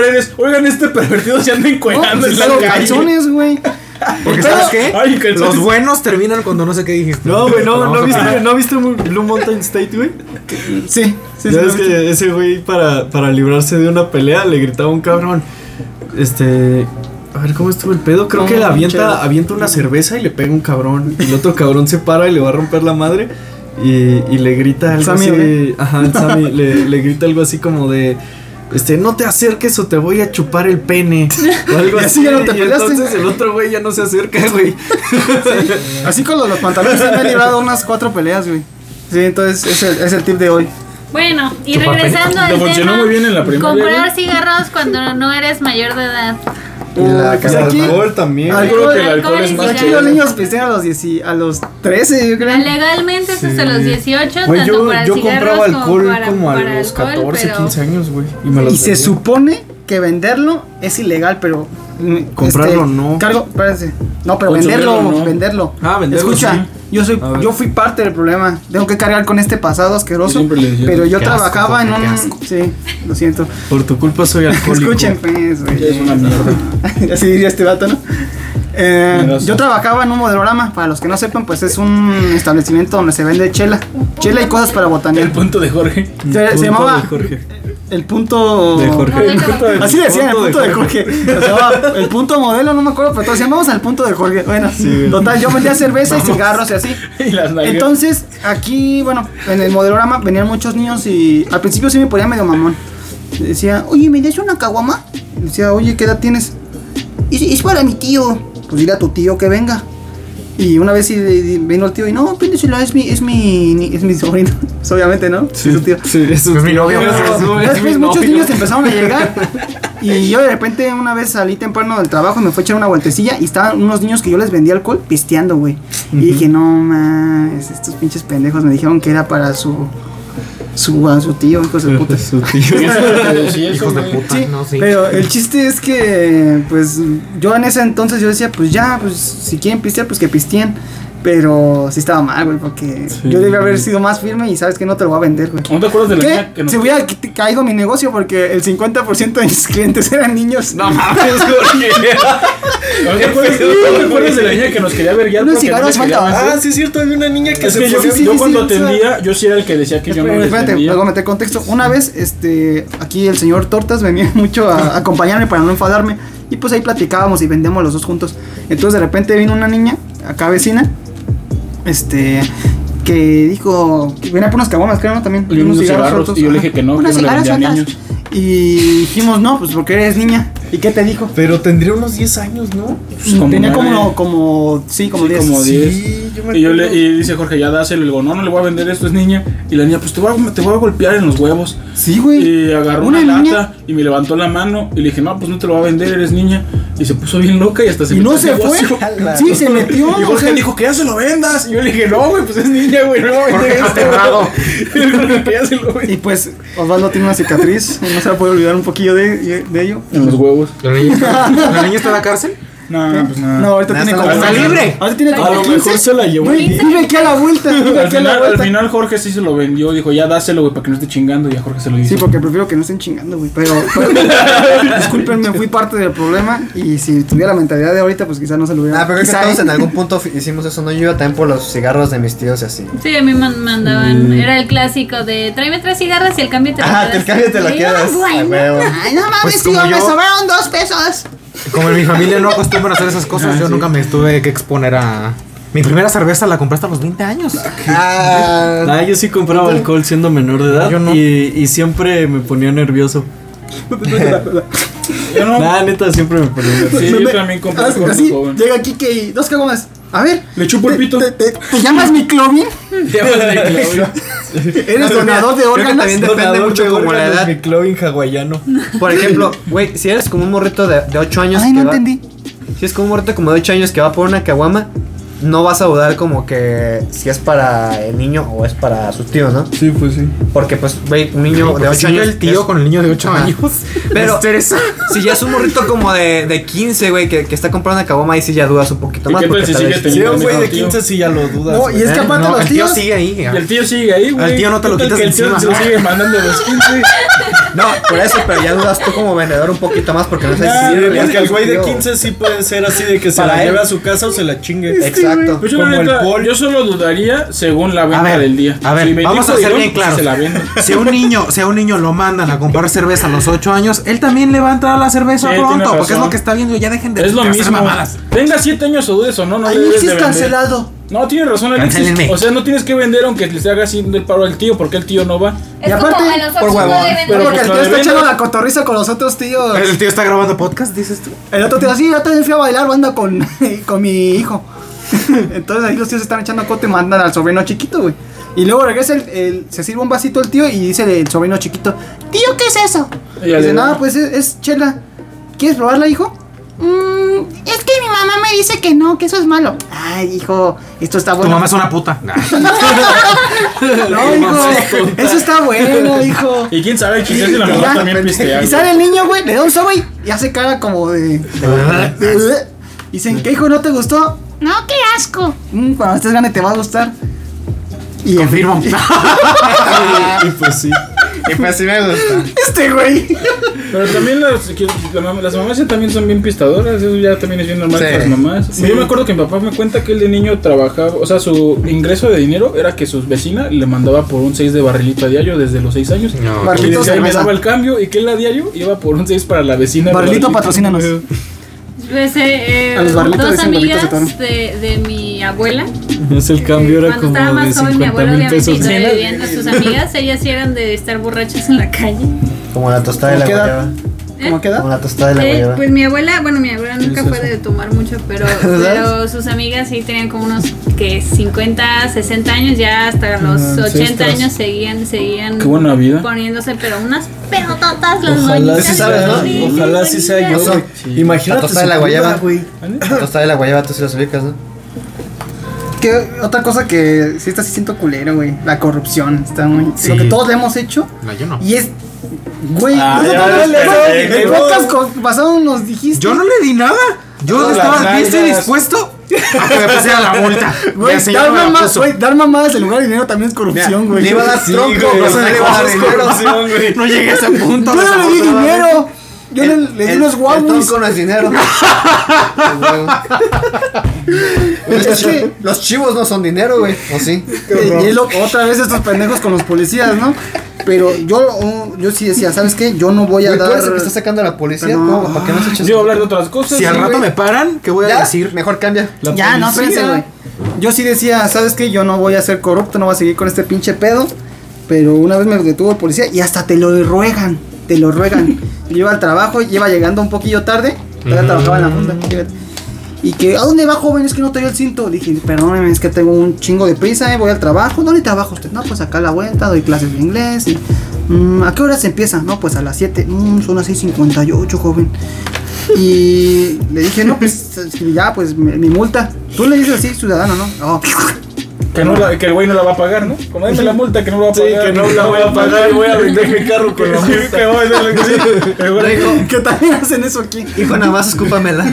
redes, oigan, este pervertido se anda encuerando No, en pues, la traigo calle. calzones, güey. Porque ¿sabes qué? Ay, calzones. Los buenos terminan cuando no sé qué dijiste. No, güey, no, Vamos ¿no a viste, parar. ¿no viste Blue Mountain State, güey? Sí, sí, Ya sí. ves que ese güey para, para librarse de una pelea le gritaba a un cabrón. Este. A ver, ¿cómo estuvo el pedo? Creo No, que le chévere. avienta, avienta una cerveza y le pega un cabrón. Y el otro cabrón se para y le va a romper la madre. Y, y le grita algo Sammy, así. ¿eh? Ajá, el Sammy le, le grita algo así como de. Este, no te acerques o te voy a chupar el pene. O algo Y así. así ya no te y peleaste. entonces el otro güey ya no se acerca, güey. Así con los, los pantalones sí me he librado unas cuatro peleas, güey. Sí, entonces es el, es el tip de hoy. Bueno, y Chupapel. regresando Te al funcionó tema, muy bien en la primaria, comprar güey. cigarros cuando no eres mayor de edad. Y la Pues casa- aquí- alcohol también. Ay, Yo creo que el Alcohol alcohol y es más cigarros. Aquí los chévere. niños pistean a los, diez, a los trece, yo creo. Legalmente es hasta los dieciocho, Güey, tanto yo, para yo cigarros compraba alcohol como, para, como a para los alcohol, catorce, pero- quince años, güey. Y me los Y se bebía. supone que venderlo es ilegal, pero mm, Comprarlo no. Cargo, espérate. No, pero Consumirlo venderlo, no. venderlo. Ah, venderlo, Escucha, sí. yo soy A ver. yo fui parte del problema. Tengo que cargar con este pasado asqueroso. Yo siempre le decía, Pero yo qué asco, trabajaba en Jorge, un qué asco. sí, lo siento. Por tu culpa soy alcohólico. Escuchen, pues, güey. Ya es una mierda. Así diría este vato, ¿no? Eh, Miedoso. yo trabajaba en un modelorama. Para los que no sepan, pues es un establecimiento donde se vende chela. Chela y cosas para botanear. El punto de Jorge. Se, se Punto llamaba de Jorge. el punto De Jorge. El punto de- Así decían, el Punto de punto de Jorge. Se llamaba el punto modelo, no me acuerdo, pero todos llamamos al punto de Jorge. Bueno, total, yo vendía cerveza y cigarros y así. Y las nalgas. Entonces, aquí, bueno, en el modelorama venían muchos niños y al principio sí me ponía medio mamón. Decía, oye, ¿me das una caguama? Y decía, oye, ¿qué edad tienes? Es, es para mi tío. Pues dile a tu tío que venga. Y una vez sí di- vino el tío y no, péndesela, es mi, es mi, ni- es mi sobrino. Pues, obviamente, ¿no? Es su tío. Sí, eso Es mi novio. Pero después muchos niños empezaron a llegar y yo de repente una vez salí temprano del trabajo y me fui a echar una vueltecilla y estaban unos niños que yo les vendía alcohol pisteando, güey. Y dije, no mames, estos pinches pendejos me dijeron que era para su su, a su tío, hijos de puta. Su tío. Hijos de puta, Sí, no, sí. pero el chiste es que, pues, yo en ese entonces yo decía, pues ya, pues, si quieren pistear, pues que pisteen. Pero sí estaba mal, güey, porque Sí. yo debía haber sido más firme y sabes que no te lo voy a vender, güey. ¿No te acuerdas de la ¿Qué? niña que nos Se hubiera ca- caído mi negocio porque el cincuenta por ciento de mis clientes eran niños. No mames, Jorge. ¿No te acuerdas, ¿no te acuerdas de la niña que nos quería verguiar? Unos porque no cigarros le quería faltaban. vender? Ah, sí es cierto, había una niña que Es se que yo, ponía- sí, yo sí, cuando sí, atendía, yo sí era el que decía que yo no Espérate, les espérate, vendía. luego meter contexto. Una vez, este, aquí el señor Tortas venía mucho a acompañarme para no enfadarme. Y pues ahí platicábamos y vendíamos los dos juntos. Entonces de repente vino una niña, acá vecina, este, que dijo, que venía por unas caguamas, creo, ¿no? También. Y unos cigarros, sueltos. y yo le Ajá. dije que no, que Unas no le cigarros vendía a sueltas. niños. Y dijimos, no, pues porque eres niña. ¿Y qué te dijo? Pero tendría unos diez años, ¿no? Pues como Tenía nueve. como, como, sí, como Sí, diez. como diez. Sí, yo me Y yo le acuerdo. y dice Jorge, ya dáselo. Y le digo, no, no le voy a vender esto, es niña. Y la niña, pues te voy a, te voy a golpear en los huevos. Sí, güey. Y agarró Una una, niña. lata y me levantó la mano. Y le dije, no, pues no te lo voy a vender, eres niña. Y se puso bien loca y hasta se Y no metió se al fue. negocio. Sí, se metió. Y o Jorge sea, dijo que ya se lo vendas. Y yo le dije, no, güey, pues es niña, güey, no le voy a vender Jorge esto. aterrado. Y Jorge, que ya se lo Y vende. pues Osvaldo tiene una cicatriz, no se va a poder olvidar un poquillo de, de ello. En los huevos. ¿La niña está, ¿la niña está en la cárcel? No, pues nada. No, ahorita Nada, tiene está como... libre. libre. Ahorita tiene A como lo quince. mejor se la llevó. Güey, vive aquí a la vuelta, vive Al aquí a la final, al vuelta. final Jorge sí se lo vendió. Dijo, ya dáselo, güey, para que no esté chingando. Y ya Jorge se lo hizo. Sí, porque prefiero que no estén chingando, güey. Pero, pero discúlpenme, fui parte del problema. Y si tuviera la mentalidad de ahorita, pues quizás no se lo hubiera. Ah, pero creo que quizá, todos ¿eh? en algún punto fi- hicimos eso, ¿no? Yo iba también por los cigarros de mis tíos y así. Sí, a mí me mandaban. Era el clásico de tráeme tres cigarras y el cambio te lo Ah, quedas. el cambio te lo Y yo, quedas. bueno. A huevo. Ay, no mames, Pues tío, como me yo- sobraron dos pesos. Como en mi familia no acostumbran a hacer esas cosas, Ah, yo sí. nunca me tuve que exponer a... Mi primera cerveza la compré hasta los veinte años. Ah, Ah, yo sí compraba alcohol siendo menor de edad Yo no. y, y siempre me ponía nervioso. Yo no. Nah, neta, siempre me ponía nervioso. Sí, Me- yo me- también compré ah, alcohol así, joven. llega Kike y dos caguamas. A ver. Le chupo el te- pito. ¿Te, te, te llamas mi Clovin? ¿Eres donador de creo que órganos? también depende Donador mucho de como la órganos, edad. Mi clovin hawaiano. Por ejemplo, güey, si eres como un morrito de, de ocho años Ay, que no va- entendí. Si es como un morrito como de ocho años que va por una caguama, no vas a dudar como que si es para el niño o es para su tío, ¿no? Sí, pues sí. Porque pues, güey, un niño de Porque ocho siempre años el tío es- con el niño de ocho Ajá. años. Pero- Estresa. Si ya es un morrito como de, de quince, güey, que, que está comprando una caguama, ahí sí ya dudas un poquito ¿Y más. qué tal Porque si tal sigue vez- teniendo Sí, un güey de el tío? quince sí ya lo dudas. No, y es que Eh, aparte no, los el tío tíos. sigue ahí. Y el tío sigue ahí, güey. Al tío no te lo ¿Qué tal quitas que el tío encima, se lo ¿no? sigue mandando a los quince. No, por eso, pero ya dudas tú como vendedor un poquito más porque no sé Sí, si porque el güey de quince sí puede ser así de que se Para la él. lleve a su casa o se la chingue. Exacto. Pues yo, la Como el neta, Paul. yo solo dudaría según la A venta ver, del día. a ver, Si me vamos a dijo ser Irón, bien claros. Se la vendo. Si a un niño, si a un niño lo mandan a comprar cerveza a los ocho años, él también le va a entrar a la cerveza Sí, pronto, tienes porque es razón. lo que está viendo. Ya dejen de Es lo hacer mismo. mamadas. Tenga siete años o dudes o no, no le debes Alexis de vender. cancelado. No, tienes razón, Alexis. Cancélenme. O sea, no tienes que vender aunque les haga así el paro al tío, porque el tío no va. Es Y aparte, como a los por ocho no huevón. deben Pero de- Porque el pues, tío está de echando venta. la cotorriza con los otros tíos. El tío está grabando podcast, dices tú. El otro tío, sí, yo también fui a bailar banda con, con mi hijo. Entonces ahí los tíos están echando cote y mandan al sobrino chiquito, güey. Y luego regresa, el, el- se sirve un vasito el tío y dice el sobrino chiquito, tío, ¿qué es eso? Y Y ya dice, le da. no, pues es, es chela. ¿Quieres probarla, hijo? "Mm, es que mi mamá me dice que no, que eso es malo. Ay, hijo, esto está Tu bueno. mamá es una puta. No, hijo, eso está bueno, hijo. Y quién sabe, quizás si la Y mamá ya, también pistea. y sale el niño, güey, le da un sobre y hace cara como de... de- Dicen, ¿qué hijo no te gustó? No, qué asco. "Mm, cuando estés grande te va a gustar. Y Confirmo. Y pues sí. Y pues sí me gusta. este güey. Pero también las, que la mam- las mamás ya también son bien pistadoras, eso ya también es bien normal Sí. que las mamás. Yo me acuerdo que mi papá me cuenta que él de niño trabajaba, o sea, su ingreso de dinero era que su vecina le mandaba por un seis de barrilito a diario desde los seis años. No, Y Barrilito desde ahí me cerveza. daba el cambio y que él a diario iba por un seis para la vecina. Barrilito, patrocínanos. Pues, eh, eh, A los barritos dos dicen barritos de amigas toro. de, de mi abuela. Es el cambio era Cuando como estaba de más joven, mi cincuenta abuela mil obviamente pesos. y todavía viviendo sus amigas, ellas sí eran de estar borrachas en la calle. Como la tostada de la ¿Cómo queda? guayaba. ¿Cómo Como queda? la tostada de la Eh, guayaba. pues mi abuela, bueno, mi abuela nunca es fue eso? de tomar mucho, pero, pero sus amigas sí tenían como unos que cincuenta, sesenta años, ya hasta los Ajá, ochenta ancestros. años seguían, seguían Qué buena vida. poniéndose, pero unas pedototas las Ojalá doñitas, sí sabes, ¿no? sí, Ojalá sí sea yo, doñitas. güey. Sí. Imagínate La tostada de la su guayaba. cruda, güey. La tostada de la guayaba, tú sí las ubicas, ¿no? Que otra cosa que sí está sí siento culero, güey. La corrupción. Está muy. Sí. Lo que todos le hemos hecho. No, yo no. Y es. Güey, Ah, nosotros ya no ves, le- pendejo. el podcast con- pasado nos dijiste. Yo no le di nada. Yo Todas estaba las listo y nalgas. dispuesto a que me pusiera la multa. Güey, Y el señor dar, me la mamá- puso. güey, dar mamadas en lugar de dinero también es corrupción, güey. Le iba a dar Sí, tronco, güey, pero o no sea, le iba a dar dinero. corrupción, güey. No llegué a ese punto. Yo no le di desafortunadamente. dinero. Yo le, le di El- unos El guaguis. tronco no es dinero. Es que los chivos no son dinero, güey. ¿O sí? Y es lo- otra vez estos pendejos con los policías, ¿no? Pero yo, uh, yo sí decía, ¿sabes qué? Yo no voy a Güey, tú dar. eres el que está sacando a la policía. Pero ¿Cómo? no. ¿Para qué no se echas? Yo iba a hablar de otras cosas. Si al sí, rato güey. me paran, ¿qué voy a Ya, decir? mejor cambia. La Ya, no, policía. espérense, güey. Yo sí decía, ¿sabes qué? Yo no voy a ser corrupto, no voy a seguir con este pinche pedo. Pero una vez me detuvo el policía y hasta te lo ruegan, te lo ruegan. Yo iba al trabajo, iba llegando un poquillo tarde, todavía trabajaba en la funda. Y que, ¿a dónde va, joven? Es que no traigo el cinto. Dije, perdóneme, es que tengo un chingo de prisa, eh, voy al trabajo. ¿Dónde trabaja usted? No, pues acá a la vuelta, doy clases de inglés. Y, mm, ¿a qué hora se empieza? No, pues a las siete. Mm, son las seis cincuenta y ocho, joven. Y le dije, no, pues ya, pues mi, mi multa. Tú le dices así, ciudadano, ¿no? Oh. Que, no la- que el güey no la va a pagar, ¿no? Como dame la multa, que no la va a Sí, pagar. que no la voy a pagar y voy a vender mi carro con la Sí, multa. que voy a hacerle- sí, el güey- Que también hacen eso aquí. Hijo, nada más escúpamela.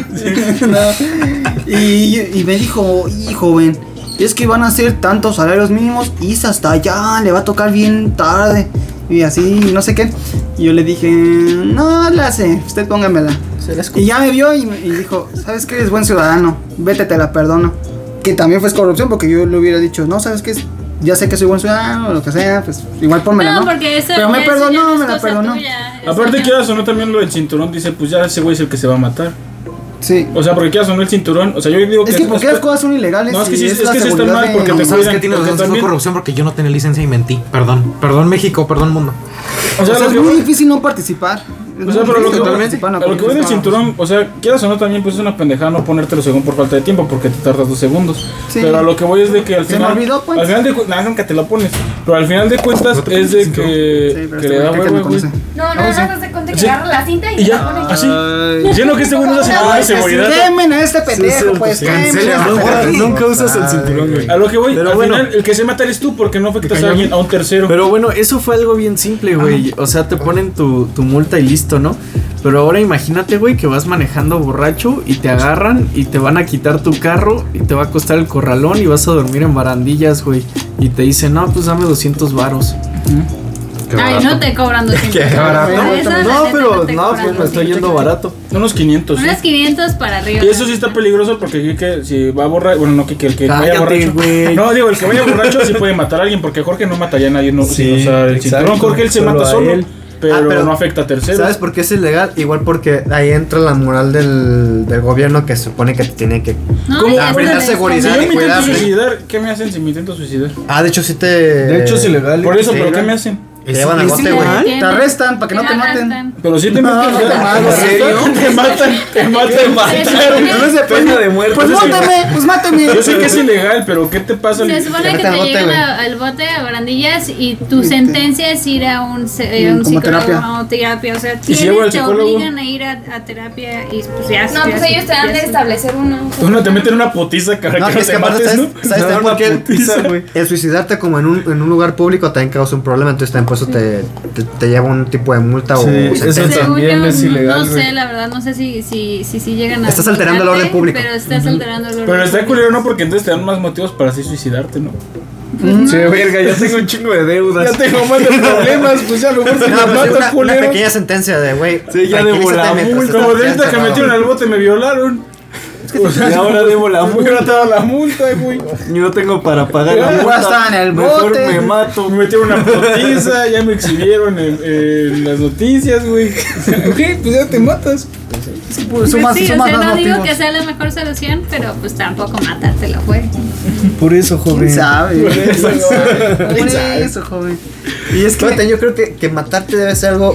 No. y, y me dijo, y joven, es que van a ser tantos salarios mínimos y es hasta allá, le va a tocar bien tarde. Y así, no sé qué. Y yo le dije, no la sé, usted póngamela. Y ya me vio y, me- y dijo, ¿sabes qué? Eres buen ciudadano, vete, te la perdono. Que también fue corrupción porque yo le hubiera dicho, no, ¿sabes qué? Ya sé que soy buen ciudadano, o lo que sea, pues igual pónmela, ¿no? No, porque eso Pero me eso ya perdonó, no es me la cosa perdonó. tuya, eso Aparte, ya- quieras o no, también lo del cinturón dice, pues ya ese güey es el que se va a matar. Sí. O sea, porque quieras o no el cinturón, o sea, yo digo que... Es que porque las cosas son ilegales. No, es que y sí- es la que sí está seguridad mal de- porque No, te ¿sabes cuidan, qué tienes porque razón? Fue también- corrupción porque yo no tenía licencia y mentí. Perdón. Perdón, México. Perdón, mundo. O O sea, sea, lo es que muy voy- difícil no participar. Es O sea, muy pero lo difícil que, no voy, participar en la a lo que voy del política. cinturón, o sea, quieras o no también, pues es una pendejada no ponértelo según por falta de tiempo, porque te tardas dos segundos. Sí. Pero a lo que voy es de que al Se me final. olvidó, pues. Al final de cuentas, nunca te lo pones. Pero al final de cuentas ¿No te es pones de el que, Sí, pero que este le da güey cree que me huevo, güey. conoce. No, nada más hace cuenta que Sí. agarra la cinta y, Y se la ya, pone. así. Siendo que este güey no usa cinturón de seguridad. Quemen a este pendejo, sí, pues. sí. Quemen a Cancela, este Nunca, pendejo. nunca usas el cinturón, güey. A lo que voy, Pero al bueno. final el que se mata eres tú porque no afectas a alguien, a un tercero. Pero bueno, eso fue algo bien simple, güey. O sea, te ponen tu, tu multa y listo, ¿no? Pero ahora imagínate, güey, que vas manejando borracho y te agarran y te van a quitar tu carro y te va a costar el corralón y vas a dormir en barandillas, güey. Y te dicen, no, pues dame doscientos varos. Qué Ay, barato. no te cobran doscientos. Qué barato. Por eso, la No, neta, pero te no, cobran pues me estoy doscientos. yendo barato. Unos quinientos, ¿sí? Unos quinientos para arriba. Y eso sí está peligroso porque Kike, si va a borrar, bueno, no Kike, el que Cállate, vaya borracho. güey. No, digo, el que vaya borracho sí puede matar a alguien porque Jorge no mataría a nadie no, Sí, sin usar el exacto, cinturón. Jorge él se solo mata a solo, él. pero, Ah, pero- no afecta a terceros. ¿Sabes por qué es ilegal? Igual porque ahí entra la moral del, del gobierno que supone que te tiene que... No, ¿Cómo? ya Brindar está seguridad. Si yo me intento cuidarse. suicidar, ¿qué me hacen si me intento suicidar? Ah, de hecho sí te... De hecho es ilegal. Por eso, Sí, ¿pero qué ¿no? me hacen? Te llevan al ¿Es bote, güey. ilegal? Te arrestan para que no te maten. Pero si te No, matan, no o sea, te matan, ¿en serio? Te matan, te matan, te matan. No es de pena de muerte. Pues mátame, pues mátame. Yo sé que es ilegal, pero ¿qué te pasa? Se supone Te que meten te al bote, llegan güey. a- al bote a barandillas y tu Sí, te- sentencia es ir a un, ce- eh, Mm, un como psicólogo terapia. o terapia. O sea, si tienes, llevo al te psicólogo? obligan a ir a, a terapia y pues ya. No, ya pues se- ellos te dan ya de se- establecer uno. Uno te mete en una putiza, cara, No, que no es que te aparte, mates, ¿sabes? ¿no? ¿Sabes No, también una por qué? putiza, güey. El suicidarte como en un, en un lugar público también causa un problema, entonces también por eso te, te, te lleva un tipo de multa Sí, o eso sentencia. Según también yo, es ilegal, No, no güey. sé, la verdad, no sé si, si, si, si llegan a. Estás alterando el orden multarte, público. Pero estás alterando el orden Pero está público. culero, ¿no? Porque entonces te dan más motivos para así suicidarte, ¿no? Sí, verga, ya tengo un chingo de deudas. Ya tengo más de problemas, pues ya a lo mejor se No, me pues mata, una, una culero. pequeña sentencia de, güey. Sí, ya debo tranquilízate la mientras multa. estás Como de ya ahorita que encerrado. metieron al bote me violaron. Y ahora debo la ¿Por qué multa. no te daba la multa, güey? Yo no tengo para pagar la Ya, multa. ya estaba en el Mejor bote. me mato. Me metieron una putiza, ya me exhibieron en, en las noticias, güey. Ok, pues ya te matas. Pues Pues son más, sí, son o más, sea, más no digo motivos. que sea la mejor solución, pero pues tampoco matártelo fue. Por eso, joven. ¿Quién sabe? Por eso, Por ¿Quién sabe? eso, joven. Y es que... Fíjate, yo creo que, que matarte debe ser algo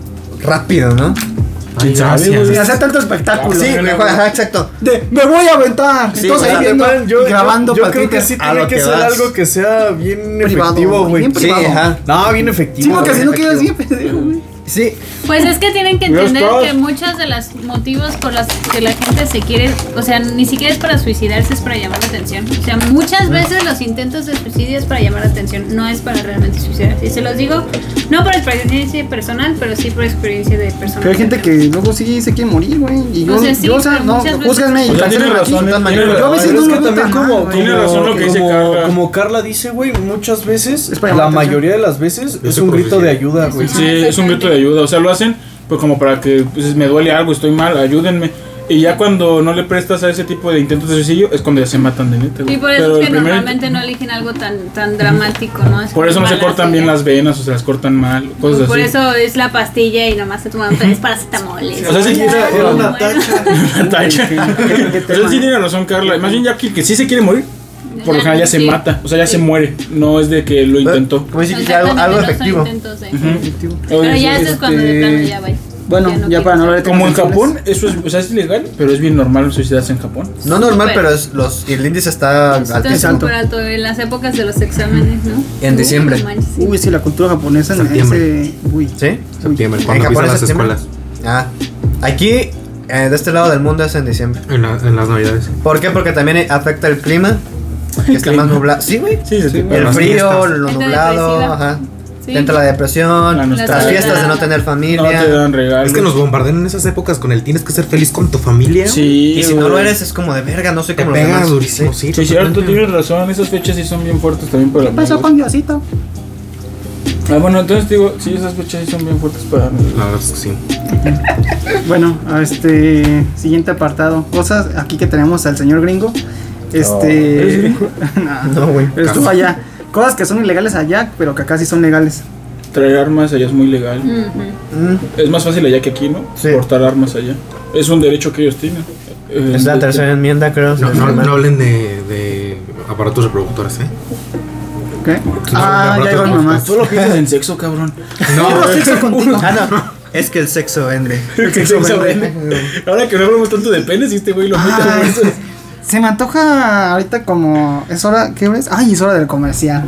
rápido, ¿no? ¿Quién sabe, Sin güey? hacer tanto espectáculo. Sí, no, mejor, no. ajá, exacto. De, me voy a aventar. Sí, Entonces o sea, ahí viendo, Man, yo, grabando yo, yo para creo que Twitter. sí A tiene lo que que ser vas. algo que sea bien Privado, efectivo, güey. bien Sí, privado. ajá. No, bien efectivo. Sí, porque güey. si no quedas bien pendejo, güey. Sí, Pues es que tienen que Ya entender estás. que muchos de los motivos por los que la gente se quiere, o sea, ni siquiera es para suicidarse, es para llamar la atención. O sea, muchas veces los intentos de suicidio es para llamar la atención, no es para realmente suicidarse. Y se los digo, no por experiencia personal, pero sí por experiencia de personas. Pero hay gente que luego sí se quiere morir, güey. Y yo, O sea, sí, yo, o sea, pero no, muchas veces- júzganme y O sea, cancelen tiene aquí. razón, Yo tiene a razón. veces Pero no es me que gusta también nada, como, güey. Tiene como- razón lo que dice como- Carla. como Carla dice, güey, muchas veces, Es para la llamar la mayoría de las veces es su un grito profesión. de ayuda, güey. Sí, es un grito de ayuda. O sea, lo hacen pues como para que pues, me duele algo, estoy mal, ayúdenme. Y ya cuando no le prestas a ese tipo de intentos de suicidio es cuando ya se matan de neta, güey. Y por eso Pero es el que primer- normalmente no eligen algo tan, tan dramático, ¿no? Es Por eso no se como cortan bien balas las venas o se las cortan mal, y cosas ya. Por así. eso es la pastilla y nomás se toman tres paracetamoles. O sea, sí, Ay, era- no, era una bueno. tacha. Una tacha. Pero sí tiene razón, Carla. Más bien ya que, que sí se quiere morir, por lo general ya se Sí. mata. O sea, ya Sí. se muere. No es de que lo intentó. como dice que Exactamente, algo, algo no son efectivo. intentos de- Ujú. Pero ya Oye, eso es cuando de este, plano ya va. Bueno, ya para no hablar de como en temas Japón, eso es, o sea, es ilegal, pero es bien normal suicidarse en Japón. No normal, Súper. pero es los, y el índice está Está altísimo. alto. súper alto en las épocas de los exámenes, ¿no? En Uy, diciembre. no manches, sí. Uy, sí, la cultura japonesa en Septiembre. ese... Uy. ¿Sí? Septiembre, En cuando Japón empiezan es las septiembre. escuelas. Ah, aquí, eh, de este lado del mundo es en diciembre. En, la- en las navidades. ¿Por qué? Porque también afecta el clima, que está más nublado. Sí, güey. Sí, se te El las frío, fiestas. lo Gente nublado, depresiva. ajá. Sí. Te entra la depresión, La las nostalgia. fiestas de no tener No te familia. dan regalos. Es que nos bombardean en esas épocas con el tienes que ser feliz con tu familia. Sí, y si no güey. lo eres, es como de verga, no sé Te cómo los pega demás. durísimo, Sí. sí. Sí, cierto, tienes razón. Esas fechas sí son bien fuertes también para ¿Qué pasó nosotros. con Diosito? Ah, bueno, entonces digo, sí, esas fechas sí son bien fuertes para mí. La verdad es que sí. Bueno, a este siguiente apartado. Cosas aquí que tenemos al señor gringo. Este. ¿eres gringo? no, No, güey. pero estuvo allá. Cosas que son ilegales allá, pero que acá sí son legales. Traer armas allá es muy legal. Ujú. Mm, Es más fácil allá que aquí, ¿no? Sí. Portar armas allá. Es un derecho que ellos tienen. Eh, es la de- tercera enmienda, creo. si No, no no, estoy mal. no hablen de, de aparatos reproductores, ¿eh? ¿Qué? Ah, ya llegó mi mamá. Solo piensas en sexo, cabrón. No, sexo contigo. Ah, no. Es que el sexo vende. El sexo vende. Ahora que no hablamos tanto de penes, y este güey lo mete a Ay, bolsas. se me antoja ahorita como. ¿Es hora? ¿Qué hora es? Ay, es hora del comercial.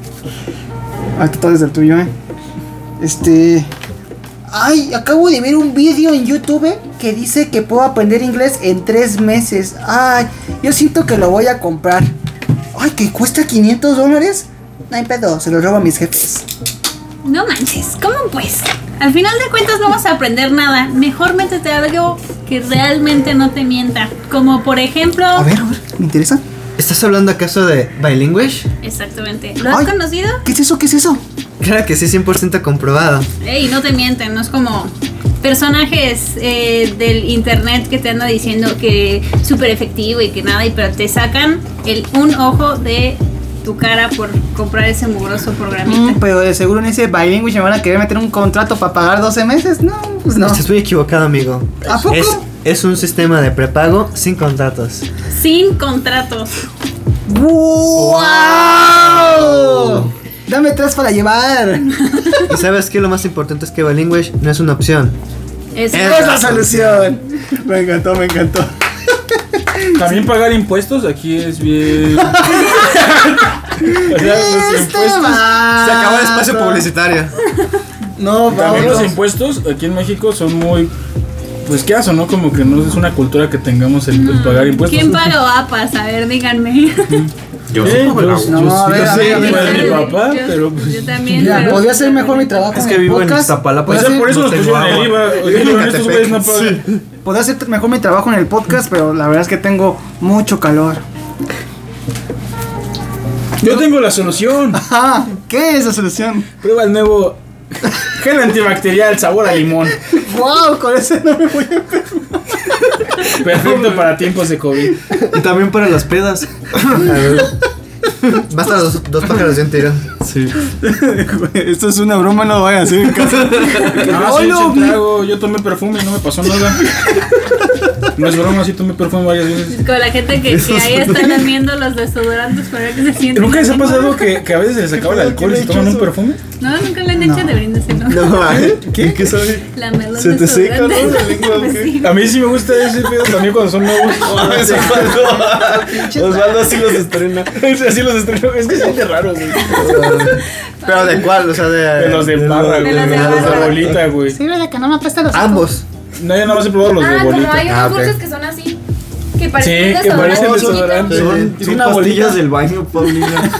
Aquí todo desde el tuyo, eh. Este. Ay, acabo de ver un vídeo en YouTube que dice que puedo aprender inglés en tres meses. Ay, yo siento que lo voy a comprar. Ay, que cuesta quinientos dólares. No hay pedo, se lo robo a mis jefes. No manches, ¿cómo pues? Al final de cuentas no vas a aprender nada. Mejor métete a algo que realmente no te mienta. Como por ejemplo. A ver, a ver, me interesa. ¿Estás hablando acaso de bilingüe? Exactamente. ¿Lo has Ay. conocido? ¿Qué es eso? ¿Qué es eso? Claro que sí, cien por ciento comprobado. Ey, no te mienten, no es como personajes eh, del internet que te anda diciendo que súper efectivo y que nada, y pero te sacan el un ojo de tu cara por comprar ese mugroso programita. Mm, pero de seguro en ese bilingüe me van a querer meter un contrato para pagar doce meses. No, pues no. Estás muy equivocado, amigo. ¿A poco? Es, es un sistema de prepago sin contratos. Sin contratos. ¡Wow! Dame tres para llevar. ¿Y sabes qué? Lo más importante es que Bilingüe no es una opción. Es, Es Es la solución. Me encantó, me encantó. También pagar impuestos aquí es bien. O sea, los Este impuestos. vato. Se acabó el espacio publicitario. No, También vamos. los impuestos aquí en México son muy. Pues qué hace, ¿no? Como que no es una cultura que tengamos el, el pagar impuestos. ¿Quién paga A P A S? A ver, díganme. Yo Eh, sí, yo, pero- yo No, a sí, ver, a sí, ver, a ver, pues, a mi ver. papá, Yo- pero pues. Yo también. Mira, pero- podría ser mejor mi trabajo. Es en que el vivo en podcast. Iztapalapa. Pues Podría por ser- eso nos no pusieron tengo el agua. IVA. Oye, estos güeyes no pagan. Podría ser mejor mi trabajo en el podcast, pero la verdad es que tengo mucho calor. Yo tengo la solución. Ajá, ¿qué es la solución? Prueba el nuevo gel antibacterial sabor a limón. Wow, con ese no me voy a enfermar. Perfecto para tiempos de COVID. Y también para las pedas. Basta los dos pájaros de un tiro. Sí. Esto es una broma, no lo voy a hacer en casa. Ah, sí, sí, trago. Yo tomé perfume y no me pasó nada. No es broma, sí tomé perfume varias veces. Es como la gente que, que ahí está lamiendo los desodorantes para ver que se siente. ¿Nunca les ha pasado que, que a veces se les acaba el alcohol y se toman un perfume? No, nunca le han hecho de bríndaselo. No, ¿Qué? ¿Qué sabe? La melón Se te seca, ¿no? desodorante. La lengua, ¿o qué? Sí. A mí sí me gusta ese pedo también cuando son nuevos. Osvaldo así los estrena. Así los estreno. Es que se siente raro, güey. pero ¿de cuál? O sea, de. De los de barra, güey. De los de De los de barra. bolita, güey. Sí, verdad que no me apesta los Ambos. No, yo nada más he probado los de Ah, como bolita. hay unos Ah, ok. dulces que son así. Que Sí, parecen que parecen desodorantes desodorantes. chiquitos. Son, Es son una pastillas bolita. del baño, Paulina.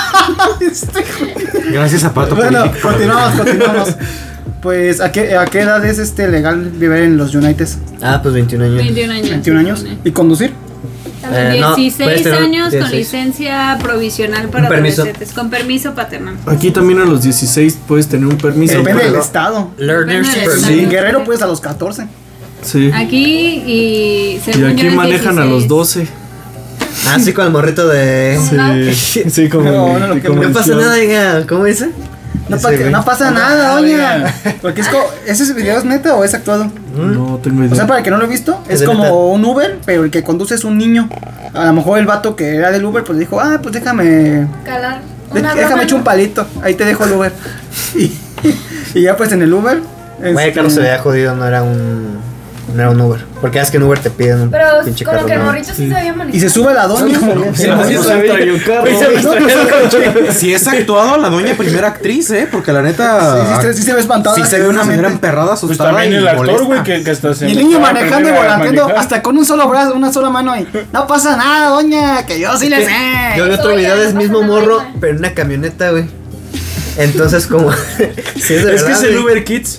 Gracias a Pato Bueno, Político. continuamos, continuamos. Pues, ¿a qué, ¿a qué edad es este legal vivir en los Uniteds? Ah, pues veintiún años. veintiún años. ¿veintiún años? ¿Y conducir? Eh, no, puedes dieciséis tener años con dieciséis. licencia provisional para Un permiso. adolescentes, con permiso paternal. Aquí también a los dieciséis puedes tener un permiso. Depende del pero- estado. Learner's Depende del permit. Sí, en estado. Guerrero puedes a los catorce. Sí. Aquí y Y según aquí yo es manejan a los dieciséis. doce. Ah, sí, con el morrito de. Sí, sí, como, No, no, no, como No el pasa show. nada, diga. ¿Cómo dice? No, Ese pa- güey. no pasa nada, doña. Porque es como, ¿ese video es neta o es actuado? No tengo O idea. sea, para el que no lo he visto, Es es de neta. como un Uber, pero el que conduce es un niño. A lo mejor el vato que era del Uber, pues dijo, ah, pues déjame, Calar. de- Una déjame broma, echar un ¿no? palito, ahí te dejo el Uber. Y, y ya pues en el Uber. Güey, el este, carro se veía jodido, no era un. No era un Uber. Porque es que en Uber te piden un Pero pinche como carro. que el nuevo. morrito sí se había manejado. Y se sube la doña. Sí, No, sí, sí, sí, trae un carro. Si es actuado la doña primera actriz, ¿eh? Porque la neta. Sí, sí, sí se ve espantada. Sí se ve una señora emperrada, Pues asustada. también y el actor, molesta. güey, que, que hasta se. Y el niño empezaba a manejando y aprender a volanteando manejar. hasta con un solo brazo, una sola mano ahí. No pasa nada, doña, que yo sí le sé. Yo vi otro Oye, video no del pasa mismo nada, morro, güey. pero en una camioneta, güey. Entonces, como. sí, es de Es que verdad, es el güey. Uber Kids.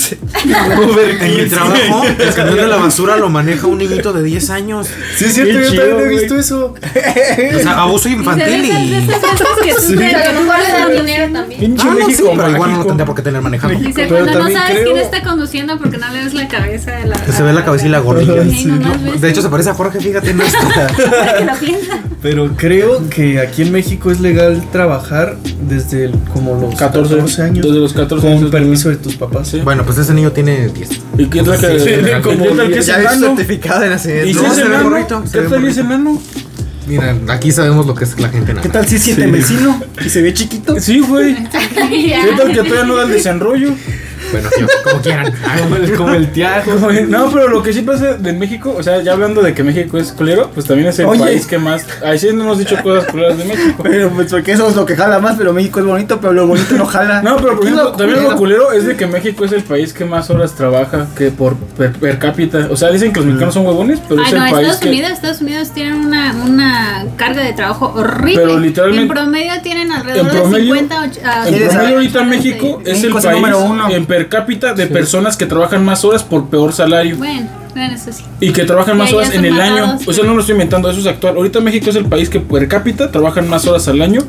En mi trabajo, el camión de la basura lo maneja un niñito de diez años. Sí, es cierto, Qué yo chido, también he güey. visto eso. O sea, abuso Y se infantil ve esas- y. esas cosas que tú Pero te- a lo mejor le dan dinero también. Pinche Ah, no, sí, México, pero igual no lo mágico. tendría por qué tener manejando. Dice, Pero cuando no también sabes creo- quién está conduciendo porque no le ves la cabeza de la... Se ve la cabeza y la gorrilla. Sí, nomás ves. De hecho, se parece a Jorge, fíjate, no está. Para que lo piensa. Pero creo que aquí en México es legal trabajar desde el- como los catorce, catorce años. Desde los catorce Con años. permiso de tus papás. Sí. Bueno, pues ese niño tiene diez. ¿Y qué tal que Sí, ¿qué como tal que es Ya vi su enano? certificado de nacimiento. ¿Y si No, es se ve enano? morrito, se ¿Qué ve tal y es morrito. enano? Mira, aquí sabemos lo que es la gente nada. ¿Qué tal si siente vecino y se ve chiquito? Sí, güey. ¿Qué tal que todavía no da el desenrollo? Bueno, tío, como quieran. Como el, como el tiago. No, pero lo que sí pasa de México, o sea, ya hablando de que México es culero, pues también es el Oye. país que más. Ahí sí no hemos dicho cosas culeras de México. Pero pues porque eso es lo que jala más, pero México es bonito, pero lo bonito no jala. No, pero por ¿Qué es ejemplo, lo también culero? lo culero es de que México es el país que más horas trabaja que por per, per cápita. O sea, dicen que los mexicanos son huevones, pero Ay, es el no, país Estados que. Unidos, Estados Unidos tienen una, una carga de trabajo horrible. Pero literalmente- En promedio tienen alrededor en promedio- de cincuenta och- a En ¿Quieres promedio saber? ahorita México es el México es el país número uno. en per cápita de personas que trabajan más horas por peor salario. Bueno, bueno, eso sí. Y que trabajan más Ya, ya horas en son el año. matados, O sea, sí. no lo estoy inventando, eso es actual. Ahorita México es el país que per cápita trabajan más horas al año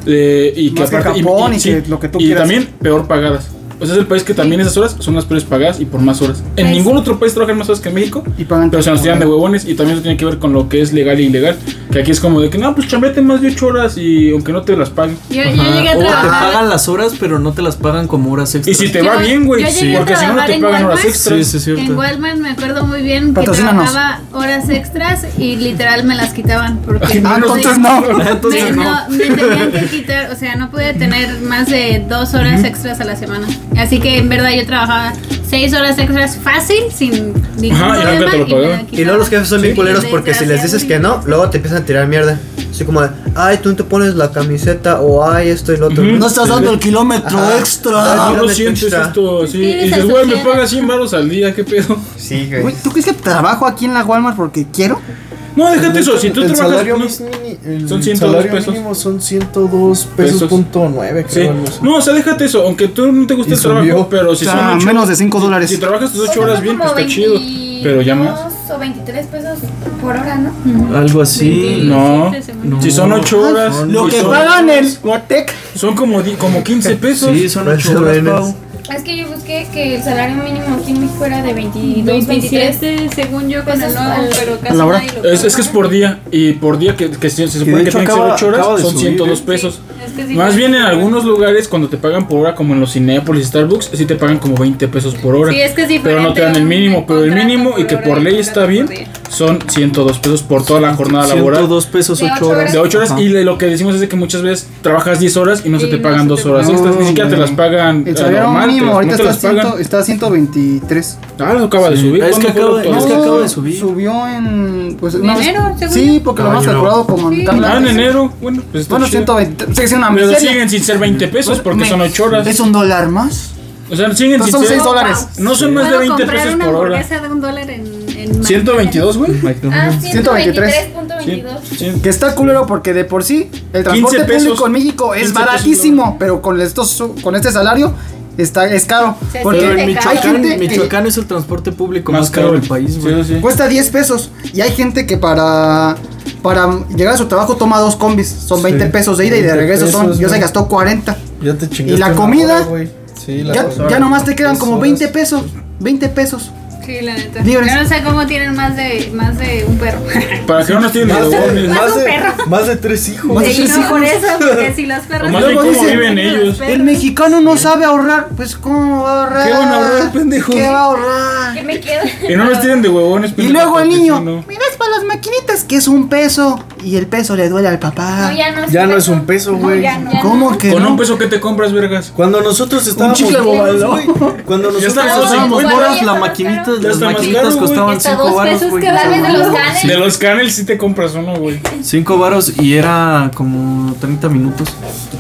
Eh, y que Más que aparte. Japón y que lo que tú y quieras. también peor pagadas. O sea, es el país que también esas horas son las peores pagadas y por más horas. En Ay, ningún sí. otro país trabajan más horas que en México. Y pagan Pero se nos tiran de huevones y también eso tiene que ver con lo que es legal e ilegal. Que aquí es como de que no, pues chambete más de ocho horas y aunque no te las paguen. Yo, yo Ajá. llegué a O te trabajar. pagan las horas, pero no te las pagan como horas Y extras. si te Yo- va bien, güey. yo llegué a Porque si no, no trabajar te en pagan horas Walmart. extras. Sí, sí, es cierto. En Walmart me acuerdo muy bien que Patrocínanos. trabajaba horas extras y literal me las quitaban porque Ah, entonces no. Entonces me, no. no, me tenían que quitar, o sea, no podía tener más de dos horas extras a la semana. Así que en verdad yo trabajaba seis horas extras fácil, sin ningún Ajá, y problema. nunca te lo y me pagaban. la Y luego quitaban. los jefes son bien Sí, culeros porque si les dices que no, luego te empiezan a tirar mierda. Así como de, ay, tú no te pones la camiseta o ay, esto y lo otro. Ujú. No estás dando el kilómetro Ajá. extra. Ah, no Kilómetro sientes extra. esto así. Tienes Y dices, a güey, me Sofía. pagas cien baros al día, ¿qué pedo? Sí, Güey, güey. ¿tú crees que trabajo aquí en la Walmart porque quiero? No, déjate eso. Si tú el trabajas. salario no- mini- el son ciento dos salario pesos. mínimo son ciento dos pesos, Pesos. punto nueve, Sí. creo. algo así. No, o sea, déjate eso. Aunque tú no te guste Y el trabajo, subió. pero si O sea, son ocho, menos de cinco dólares. Si trabajas tus O sea, ocho horas son bien, pues como está chido. Pero ya más. veintidós o veintitrés pesos por hora, ¿no? Ujú. Algo así. No. veintisiete, según No. Si son ocho horas. son- Lo y que son- pagan el Guatec. Son como, di- como quince pesos. Sí, son Más ocho o horas, menos. Pau. Es que yo busqué que el salario mínimo aquí en México era de veintidós, veintitrés. veintisiete según yo con el Pesos nuevo, al- pero a casi la hora. nadie lo Es, es que es por día. Y por día que, que se, se supone de que hecho tienen que ser acaba- ocho acaba horas, de son subir, ciento dos ¿eh? pesos. Es que sí Más fue- bien en algunos lugares, cuando te pagan por hora, como en los Cinépolis y Starbucks, sí te pagan como veinte pesos por hora. Sí, es que es diferente. Pero no te dan el un mínimo. Pero el contrato mínimo, y que hora por y ley contrato está bien, por día. son ciento dos pesos por toda la jornada laboral. ciento dos pesos, De ocho ocho horas. horas. De ocho horas. Ajá. Y de lo que decimos es de que muchas veces trabajas diez horas y no se Y te no pagan se dos te horas pagan. extras. Ni siquiera te No, las pagan El eh, salario normal, mínimo te las- ahorita no te está, las pagan. ciento, está a ciento veintitrés. Ah, lo acaba de Sí. subir. Es ¿Cuándo que fue acaba la de- es que actualización? acaba de subir. Subió en. Pues, En una vez- enero, según Sí, yo. porque lo Ah, hemos yo no. calculado como en Sí. tabla. Ah, en enero. Bueno, pues está Bueno, chido. ciento veinte. Sigue siendo una Pero miseria. siguen sin ser veinte pesos porque Me- son ocho horas. Es un dólar más. O sea, siguen Pero sin son ser. seis dólares. No son más de Puedo veinte comprar pesos una por hora. hamburguesa de un dólar en, en ciento veintidós, güey. Ah, ciento veintitrés veintitrés. punto Sí, veintidós. sí. Que está culero porque de por sí el transporte quince pesos. público en México es quince pesos, baratísimo, pero con estos con este salario está es caro. Se Porque Pero en Hay Michoacán, gente que- Michoacán es el transporte público más, caro del país, güey. Sí, sí. cuesta diez pesos y hay gente que para para llegar a su trabajo toma dos combis, son veinte Sí, pesos de ida y de veinte regreso son, pesos, ya se güey. gastó cuarenta. Ya te chingaste. ¿Y la una comida? hora, güey. Sí, la Ya, comida. ya nomás te quedan Dos como horas. veinte pesos, veinte pesos. Sí, la neta. Libres. Yo no sé cómo tienen más de, más de un perro. Para que no nos tienen Más de de, huevones. Más más, un de, perro. más de tres hijos. Más de Sí, tres no, por hijos. eso, porque si los perros... O más bien Luego cómo dicen, viven ellos. El mexicano no sabe ahorrar, pues ¿cómo va a ahorrar? ¿Qué van a ahorrar, pendejo? ¿Qué va a ahorrar? ¿Qué me queda? Y no nos tienen de huevones. Y pendejo, luego el porque niño, si no- mira, es para las maquinitas que es un peso y el peso le duele al papá. No, ya no es Ya un no peso. es un peso, No, güey. ya no. ¿Cómo que Con no? un peso que te compras, vergas. Cuando nosotros estábamos chicle niños, bobalón. güey, cuando nosotros está más estábamos caro. horas Ya la está más maquinita, caro. Ya las está más maquinitas caro, güey. costaban Hasta cinco dos varos, pesos güey. cada Tal vez de los ganes. De los canels sí te compras uno, güey. Cinco varos y era como treinta minutos.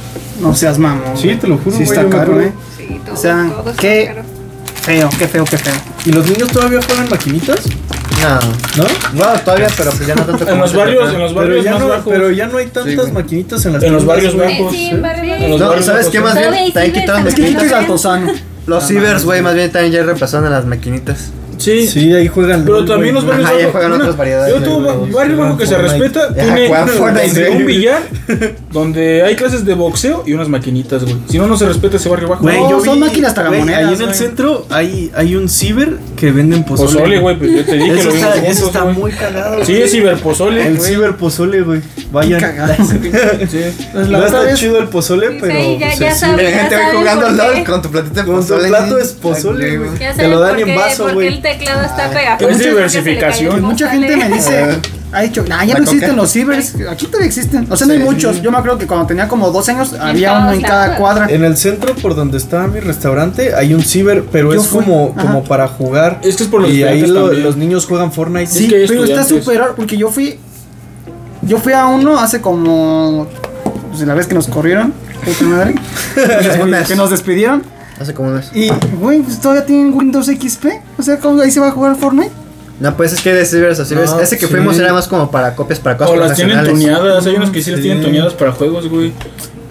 No seas mamón. Sí, te lo juro, Sí güey, está yo me caro, acuerdo. eh. Sí, todo, O sea, todo está qué caro. feo, qué feo, qué feo. ¿Y los niños todavía juegan maquinitas? No. ¿No? Bueno, todavía, pero pues ya no tanto En como los antes, barrios, acá. en los Pero barrios ya, más no, bajos. pero ya no hay tantas güey. maquinitas en las En los tiendas, barrios güey. bajos. Sí, en barrios En los No, barrios ¿sabes bajos, qué sí. más bien? Todavía hay También cibers, quitaron Es que Maquinitas. es altozano. Los cibers, güey, más bien también ya repasaron a las maquinitas. Sí. Sí, ahí juegan. Pero LOL, también güey. los barrios Ajá, ya bajos. juegan Mira, otras variedades, Yo tuve güey. un barrio bajo que se Fortnite. respeta. Ya, Tiene juegan Fortnite, donde güey. un billar, donde hay clases de boxeo y unas maquinitas, güey. Si no, no se respeta ese barrio bajo. Güey, No, yo son vi- máquinas tragamonedas, güey, ahí en el güey. centro hay, hay un ciber que venden pozole. Pozole, güey, pues yo te dije. Eso lo está, vimos eso juntos, está güey. muy cagado. Sí, güey. es ciberpozole. El güey. ciberpozole, güey. Vayan. Sí. No está chido el pozole, Sí, pero. sí, ya- pues, ya sí. sabes. La gente Ya va saben jugando por LOL qué. con tu platito de Con tu pozole. plato es pozole, güey. Ya Te saben lo dan por en qué- vaso, por qué güey. el teclado está Es pegajoso. diversificación. porque se le Mucha cayó el gente me pozole. dice, ha dicho, ah, ya ¿La no existen coca? los cibers. Aquí todavía existen. O sea, no hay muchos. Yo me acuerdo que cuando tenía como dos años había todos uno en cada lados. cuadra. En el centro, por donde está mi restaurante, hay un ciber, pero Yo es fui. como, Ajá. como para jugar. Es que es por los Y ahí estudiantes lo- también. los niños juegan Fortnite. Sí, que hay pero está estudiantes. súper raro porque yo fui. Yo fui a uno hace como. Pues la vez que nos corrieron. Puta madre. que nos despidieron. Hace como un mes. Y, güey, pues todavía tienen Windows X P. O sea, ¿cómo ahí se va a jugar Fortnite? No, pues es que de cibers así ves. No, Ese que sí. fuimos era más como para copias para cosas O las tienen profesionales. tuneadas. Hay unos que sí las Sí. tienen tuneadas para juegos, güey.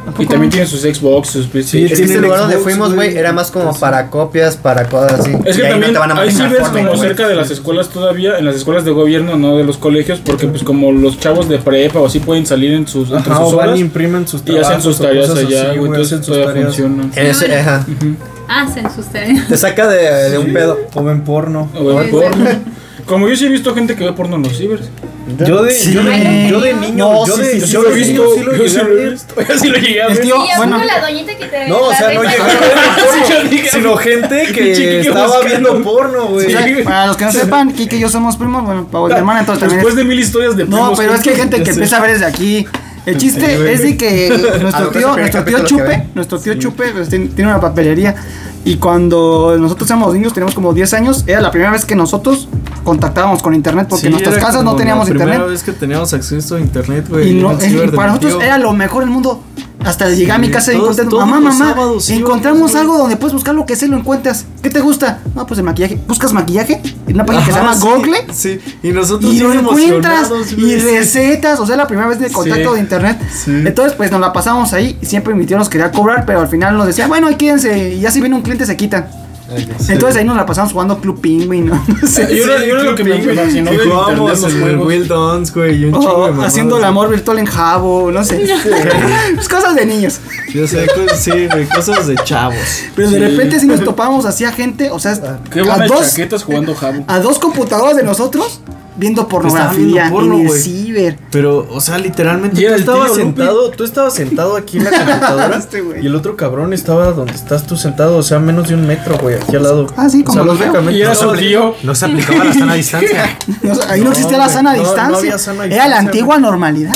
Y también tienen sus Xbox, sus PlayStation. Es que ese lugar donde fuimos, güey, era más como para copias, para cosas así. Es que Y ahí no también te van a hay manejar cibers Fortnite, como güey. cerca de las escuelas todavía, en las escuelas de gobierno, no de los colegios, porque pues como los chavos de prepa o así pueden salir en sus, entre Ajá, sus o van horas y imprimen sus y trabajos. hacen sus o tareas cosas allá, así, güey, entonces hacen sus todavía tareas. funciona. Ese, ajá. Hacen sus tareas. Te saca de, de un pedo. O ven porno. O ver porno. Como yo sí he visto gente que ve porno en los cibers. Yo de, Sí. yo de, yo de niño, No, yo sí, de, sí, yo sí de lo he niño visto, sí lo yo llegué sí a lo he ver. visto. Yo sí lo llegué a El ver. tío, Y ya bueno. como la doñita que te No, o la sea, no reta. llegué a ver Yo dije, porno, sino gente Chiqui que que estaba buscando. viendo porno, güey. O sea, para los que no sepan, Kike y yo somos primos, bueno, Pablo y mi hermana, entonces también. Después es- de mil historias de No, primos pero es que hay juntos, gente que ya sé. empieza a ver desde aquí. El chiste Sí, güey. es de que A nuestro lo que tío, es el nuestro tío primer capítulo que Chupe, ven. nuestro tío Chupe pues, tiene tiene una papelería. Y cuando nosotros éramos niños, teníamos como diez años, era la primera vez que nosotros contactábamos con internet, porque Sí, en nuestras era casas no como teníamos la primera internet. vez que teníamos acceso a internet, güey. Y, no, en el y ciber de para mi nosotros tío. era lo mejor del mundo. Hasta llegué a mi Sí, casa y todos- encontré, todos mamá, los mamá, sábados encontramos íbamos, güey. algo donde puedes buscar lo que sea y lo encuentras. ¿Qué te gusta? No, pues el maquillaje. ¿Buscas maquillaje? En una página que se Ajá, llama sí, Google. Sí, y nosotros Y lo bien encuentras emocionados, y güey. recetas, o sea, la primera vez de contacto Sí. de internet. Sí. Entonces, pues nos la pasamos ahí y siempre mi tío nos quería cobrar, pero al final nos decía, bueno, ahí quédense y ya si viene un cliente se quitan. Entonces ahí nos la pasamos jugando Club Penguin, ¿no? No sé. Yo era- yo era lo que me Club fascinó Penguin. del Y jugábamos internet, los el juegos. Will Dance, güey, y un chingo de O mamadas. haciendo el amor virtual en Jabo, no sé. Pues cosas de niños. Yo sé, cosas, sí, güey, cosas de chavos. Pero de repente sí nos topábamos así a gente, o sea, Qué a buenas dos, chaquetas jugando Jabo. a dos computadoras de nosotros viendo pornografía viendo porno, en el güey. ciber. Pero, o sea, literalmente Y tú era el estabas tío sentado, tú estabas sentado aquí en la computadora Este güey. y el otro cabrón estaba donde estás tú sentado, o sea, menos de un metro, güey, aquí al lado. Ah, sí, como o sea, los veo. lógicamente Y era su estaba- tío. No se aplicaba la sana distancia. No, ahí no, No, existía la güey, sana no, no distancia. había sana Era distancia, la antigua normalidad.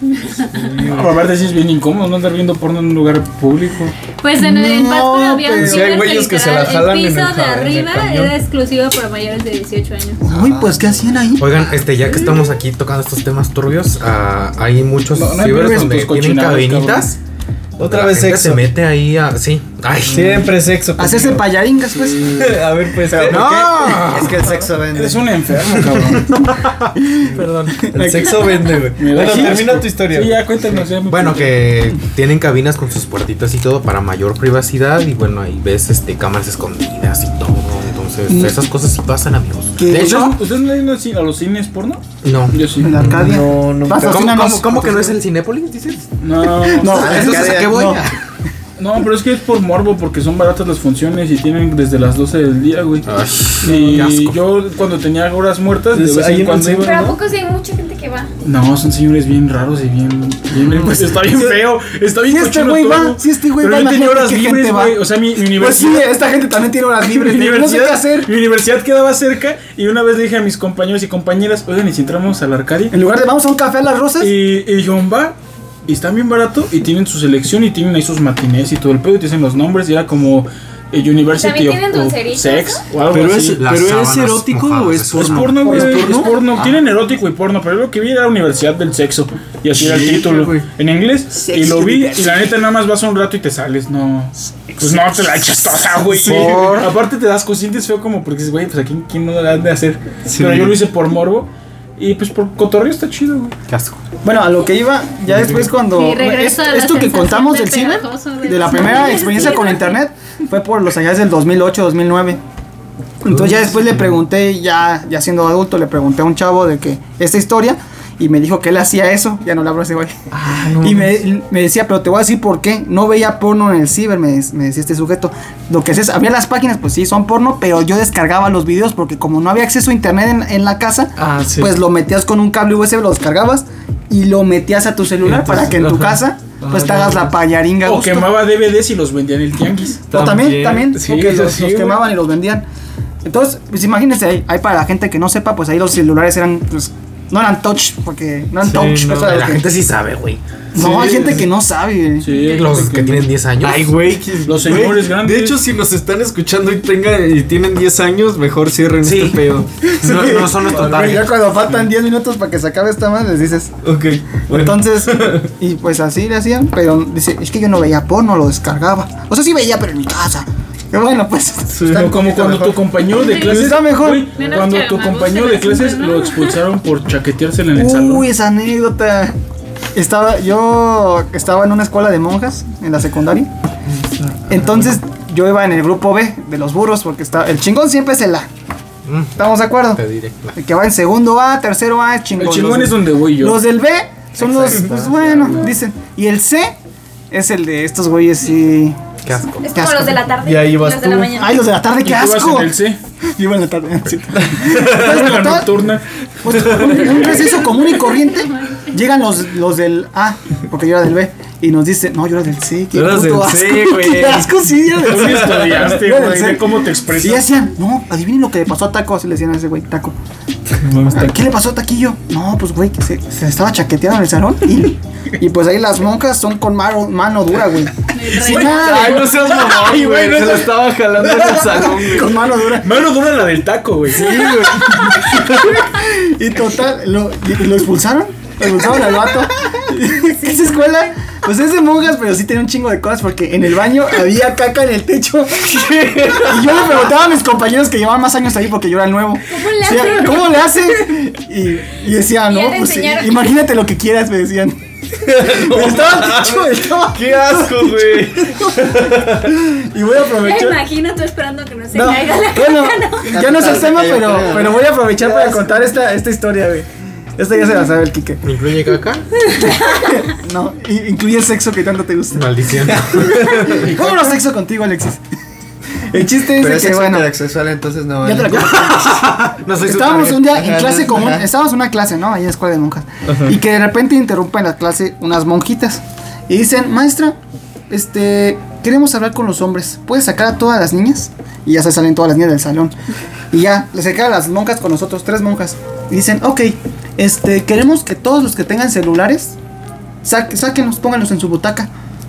Por aparte sí es bien incómodo no andar viendo porno en un lugar público. Pues en el No, Pátzcuaro había un pero- Sí, hay ciber güeyes que se la literal, jalan el en piso el de ja- en el arriba camión. era exclusivo para mayores de dieciocho años. Uy, pues ¿qué hacían ahí? Oigan, este, ya que estamos aquí tocando estos temas turbios, ah, hay muchos No, no hay cibers bebés en donde tus tienen cochinadas, cabinitas. Otra La vez gente sexo. se mete ahí a. Sí. Ay. Siempre sexo. Hacerse payaringas, pues. A ver, pues, Pero ¿qué? ¿por No. qué? Es que el sexo vende. Eres un enfermo, cabrón. Perdón. El sexo vende, güey. Me da Bueno, asco. termina tu historia. Sí, ya cuéntanos. ya me- Bueno, que tienen cabinas con sus puertitas y todo para mayor privacidad. Y bueno, ahí ves este cámaras escondidas y todo. Entonces, Mm. esas cosas sí pasan, amigos. ¿Qué? De hecho, ¿Ustedes, ¿Ustedes no han ido así a los cines porno? no. Yo sí. En la Arcadia. No, no. ¿Cómo, Patrocínanos. cómo, cómo que no es el Cinépolis, dices? No, No, Ah, Entonces, ¿a qué voy? no. no, pero es que es por morbo, porque son baratas las funciones y tienen desde las doce del día, güey. Ay, Y qué asco. yo cuando tenía horas muertas, de Es vez ahí en en el cuando centro. iba, Pero ¿a ¿no? poco sí hay mucha gente que va? No, son señores bien raros y bien... bien pues está bien feo, está bien Si este cochino güey todo. va, si este güey Pero va, yo tenía imagínate horas qué libres, gente va. güey. O sea, mi, mi Pues sí, universidad... esta gente también tiene horas libres. mi, pero no sé qué universidad, hacer. mi universidad quedaba cerca y una vez le dije a mis compañeros y compañeras, oigan, ¿y si entramos a la Arcadia? En lugar de vamos a un café a las rosas. Y, y dijeron, va, y están bien barato y tienen su selección y tienen ahí sus matinés y todo el pedo y te dicen los nombres y era como eh, University ¿También of, tienen of dulceritas, Sex o algo Pero así. es, Las pero es sábanas erótico mojadas, o es eso Es no. porno, güey, ¿Es es porno? porno. Ah. Tienen erótico y porno, pero lo que vi era Universidad del Sexo. Y así era el Sí, título güey. en inglés. Sexy Y lo vi University. y la neta nada más vas un rato y te sales. No, pues no te la echas toda, güey. Sí. Aparte te das cosientes feo como porque dices, güey, pues aquí quién no la han de hacer. Sí. Pero yo lo hice por morbo. Y pues por cotorreo está chido, güey. Qué asco. Bueno, a lo que iba, ya después cuando... Y regreso es- a la esto que sensación contamos de del ciber, pegajoso de de la los primera móviles, experiencia sí. con internet, fue por los años del dos mil ocho, dos mil nueve. Entonces ya después le pregunté, ya, ya siendo adulto, le pregunté a un chavo de que esta historia y me dijo que él hacía eso, ya no le hablo a ese güey. Y me, me decía, pero te voy a decir por qué, no veía porno en el ciber, me, me decía este sujeto. Lo que es, había las páginas, pues sí, son porno, pero yo descargaba los videos porque como no había acceso a internet en, en la casa, Ah, sí. pues lo metías con un cable U S B, lo descargabas y lo metías a tu celular Entonces, para que en tu ajá. casa pues Ah, te hagas no, la payaringa. a O gusto. quemaba D V Ds y los vendían en el tianguis. O también, También, también, sí, porque eso los, sí, los güey. quemaban y los vendían. Entonces, pues imagínense, ahí, ahí para la gente que no sepa, pues ahí los celulares eran, pues, no eran touch, porque no eran Sí, touch. no, eso era La lo que- gente sí sabe, güey. no, hay gente que no sabe. Sí, Los gente que tienen diez años. Ay, güey. que- Los güey, señores grandes. De hecho, si nos están escuchando y, tengan, y tienen diez años, mejor cierren Sí. este pedo. No, no son nuestro Güey, ya target. cuando faltan diez minutos para que se acabe esta madre, les dices. Ok. Bueno. Entonces, y pues así le hacían, pero dice, es que yo no veía porno, lo descargaba. O sea, sí veía, pero en mi casa. Que bueno, pues. está No, un como poquito cuando mejor. tu compañero de clases. Está mejor. güey, Menos cuando que tu me compañero gusta de clases siempre, ¿no? lo expulsaron por chaqueteársela en el salón. Uy, esa anécdota. estaba, yo estaba en una escuela de monjas en la secundaria. Entonces yo iba en el grupo B de los burros porque está, el chingón siempre es el A. ¿Estamos de acuerdo? Te diré. El que va en segundo A, tercero A es chingón. El chingón Los- es donde voy yo. Los del B son los, pues bueno, dicen. Y el C es el de estos güeyes sí. Qué asco. Es Qué como asco. los de la tarde. Y ahí y vas los de la tú. mañana. Ay, los de la tarde, ¿Y qué tú vas asco. en el C? Yo iba en la tarde. Sí. En la Total, nocturna. pues, un, un receso común y corriente. Llegan los, los del A, porque yo era del B. Y nos dicen, no, yo era del C. Qué Tú eras puto del asco. C, güey. Qué asco, sí, yo era Tú del ni C. estudiaste, Yo era del güey, C. ve cómo te expresas. Y decían, no, adivinen lo que le pasó a Taco. Así le decían a ese güey, Taco. ¿Qué le pasó a Taquillo? No, pues güey, que se, se estaba chaqueteando en el salón. Y, y pues ahí las monjas son con mano, mano dura, güey. Sin nada, Ay, no seas mamón, Ay, güey. güey, Se no lo seas- estaba jalando en el salón, güey. con mano dura. Mano dura la del taco, güey. Sí, güey. Y total, lo, y lo expulsaron. Lo expulsaron al vato. Esa escuela, pues es de monjas, pero sí tenía un chingo de cosas porque en el baño había caca en el techo. Y yo le preguntaba a mis compañeros que llevaban más años ahí porque yo era el nuevo. ¿Cómo le Decía, hacen? ¿cómo le hacen? Y, y decía, Y no, ya te pues sí, enseñaron. imagínate lo que quieras, me decían. Pero estaba el techo, estaba. Qué asco, güey. Y voy a Me aprovechar. imagino tú esperando que no se No, caiga la bueno, caca, ya no es el tema, Yo pero, creo. pero voy a aprovechar para contar esta, esta historia, güey. Esta ya se la sabe el Kike. ¿Incluye caca? No, i- incluye el sexo que tanto te gusta. Maldición. ¿Cómo no sexo contigo, Alexis? El chiste es Pero de es que, sexo bueno, intersexual, entonces no ya te vale. la cuento. No soy su Estábamos target. un día en Ajá, clase ajá. común, estábamos en una clase, ¿no? Ahí en la escuela de monjas. Y que de repente interrumpen la clase unas monjitas. Y dicen, maestra, este, queremos hablar con los hombres. ¿Puedes sacar a todas las niñas? Y ya se salen todas las niñas del salón. Y ya, les sacan a las monjas con nosotros, tres monjas. Y dicen, ok, este, queremos que todos los que tengan celulares, sa- sáquenlos, pónganlos en su butaca.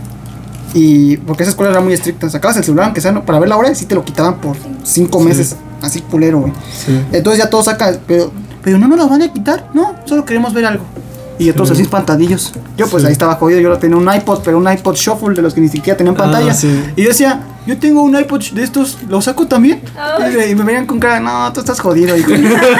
Y porque esa escuela era muy estricta, sacabas el celular aunque sea no- para ver la hora y sí te lo quitaban por cinco meses, así culero, güey. Entonces ya todos sacan, pero, pero no nos lo van a quitar, no, solo queremos ver algo. Y otros así espantadillos. Yo pues ahí estaba jodido, yo tenía un iPod, pero un iPod Shuffle de los que ni siquiera tenían pantalla. Ah, sí. Y yo decía, yo tengo un iPod de estos, ¿lo saco también? Ay. Y me venían con cara, no, tú estás jodido. hijo".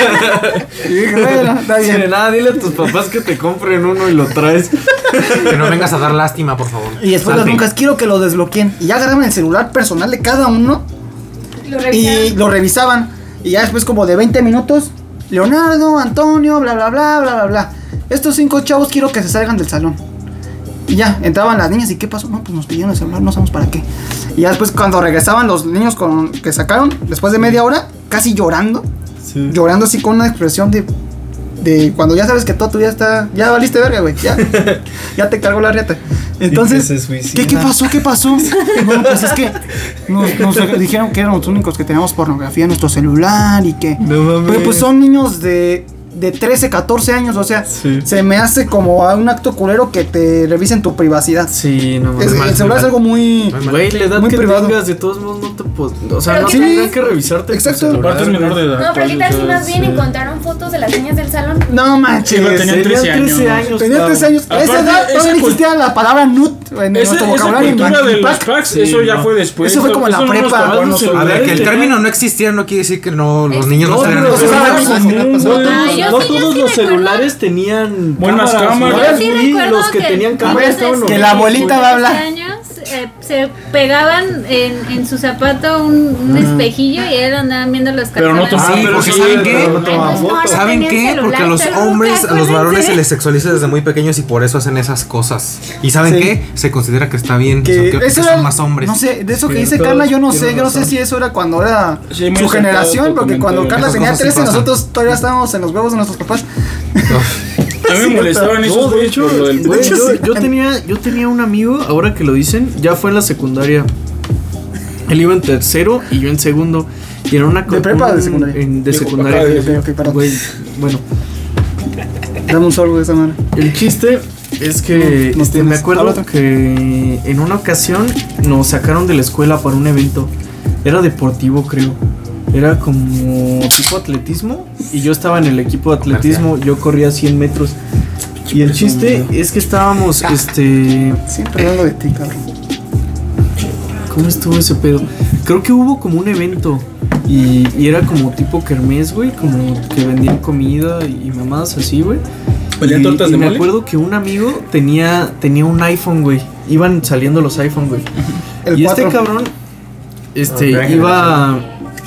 Y dije, bueno, está Sí, bien. nada, dile a tus papás que te compren uno y lo traes. Que no vengas a dar lástima, por favor. Y después las Salte. monjas, quiero que lo desbloqueen. Y ya agarraban el celular personal de cada uno Lo y revisaron. lo revisaban. Y ya después como de veinte minutos, Leonardo, Antonio, bla, bla, bla, bla, bla, bla. Estos cinco chavos quiero que se salgan del salón. Y ya, entraban las niñas y ¿qué pasó? No, pues nos pidieron el celular, no sabemos para qué. Y ya después cuando regresaban los niños con que sacaron, después de media hora, casi llorando, Sí. llorando así con una expresión de, de cuando ya sabes que todo tu día está, ya valiste verga, güey, ya, ya te cargó la riata. Entonces, se suicida. ¿qué, ¿qué pasó? ¿Qué pasó? Bueno, pues es que nos, nos dijeron que éramos los únicos que teníamos pornografía en nuestro celular y que... No mames. Pero pues son niños de, de trece, catorce años, o sea, Sí. se me hace como a un acto culero que te revisen tu privacidad. Sí, no Es- mames. el celular es algo muy... Güey, la edad Muy que privado. tengas, de todos modos no te puedo. O sea, Pero no ¿qué tendrían tal? que revisarte. tu Exacto. celular, Aparte es menor de edad. No, pero ¿qué tal si más bien Sí. encontraron fotos de las niñas del salón? No manches. Sí, lo tenían Serían trece trece años. años. Tenía Pau. tres años. A esa Aparte, edad esa todavía no cul- existía la palabra nut en Esa, nuestro esa vocabulario. en cultura de los Tlaquepaque. packs, Sí, eso ya no. fue después. Eso fue como en la no nos prepa. tocó a Bueno, nosotros. A ver, que el Tenían- término no existiera no quiere decir que no los niños no, No, estuvieran pero Eso eso es era algo común, común. no todos, Ah, yo no sí, yo todos sí los recuerdo. celulares tenían Buenas cámaras. Yo sí güey, recuerdo los que, que tenían a cámaras veces estaban que la abuelita va a hablar. años eh, se pegaban en, en su zapato un, un espejillo y él andaban viendo los Pero no cartones. tomaban Sí, pero porque sí, ¿saben pero qué? no tomaban Ay, no, fotos. no ¿Saben tenían qué? celular, Porque a los pero hombres, nunca, a los varones acuérdense. se les sexualiza desde muy pequeños y por eso hacen esas cosas. ¿Y saben Sí. qué? Se considera que está bien, Que o sea, que, que eso son era- más hombres. No sé, de eso que Cierto, dice Carla, yo no tienes sé, yo no sé razón. si eso era cuando era Sí, muy su acertado generación, tu porque cuando comentario. Carla Esas tenía cosas sí trece, pasan. nosotros todavía estábamos en los huevos de nuestros papás. A mí me molestaban esos No, de güeyes hecho, por lo del güey, hecho, yo, sí. yo tenía, yo tenía un amigo, ahora que lo dicen, ya fue en la secundaria. Él iba en tercero y yo en segundo. Y era una ¿De prepa o de secundaria? en- de Digo, secundaria. acá de- Ok, ok, perdón. Güey, bueno, Dame un sorbo de esa madre. el chiste es que No, no este, me tienes. acuerdo Habla tú. que en una ocasión nos sacaron de la escuela para un evento. Era deportivo, creo. Era como tipo atletismo. Y yo estaba en el equipo de atletismo. Yo corría cien metros. Y el chiste es que estábamos, este... Siempre hablo de ti, cabrón. ¿Cómo estuvo ese pedo? Creo que hubo como un evento. Y, y era como tipo kermés, güey, como que vendían comida y, y mamadas así, güey. ¿Vendían Y- tortas y de me mole? acuerdo que un amigo tenía, tenía un iPhone, güey. Iban saliendo los iPhone, güey. El y cuatro. este cabrón, este, primera iba...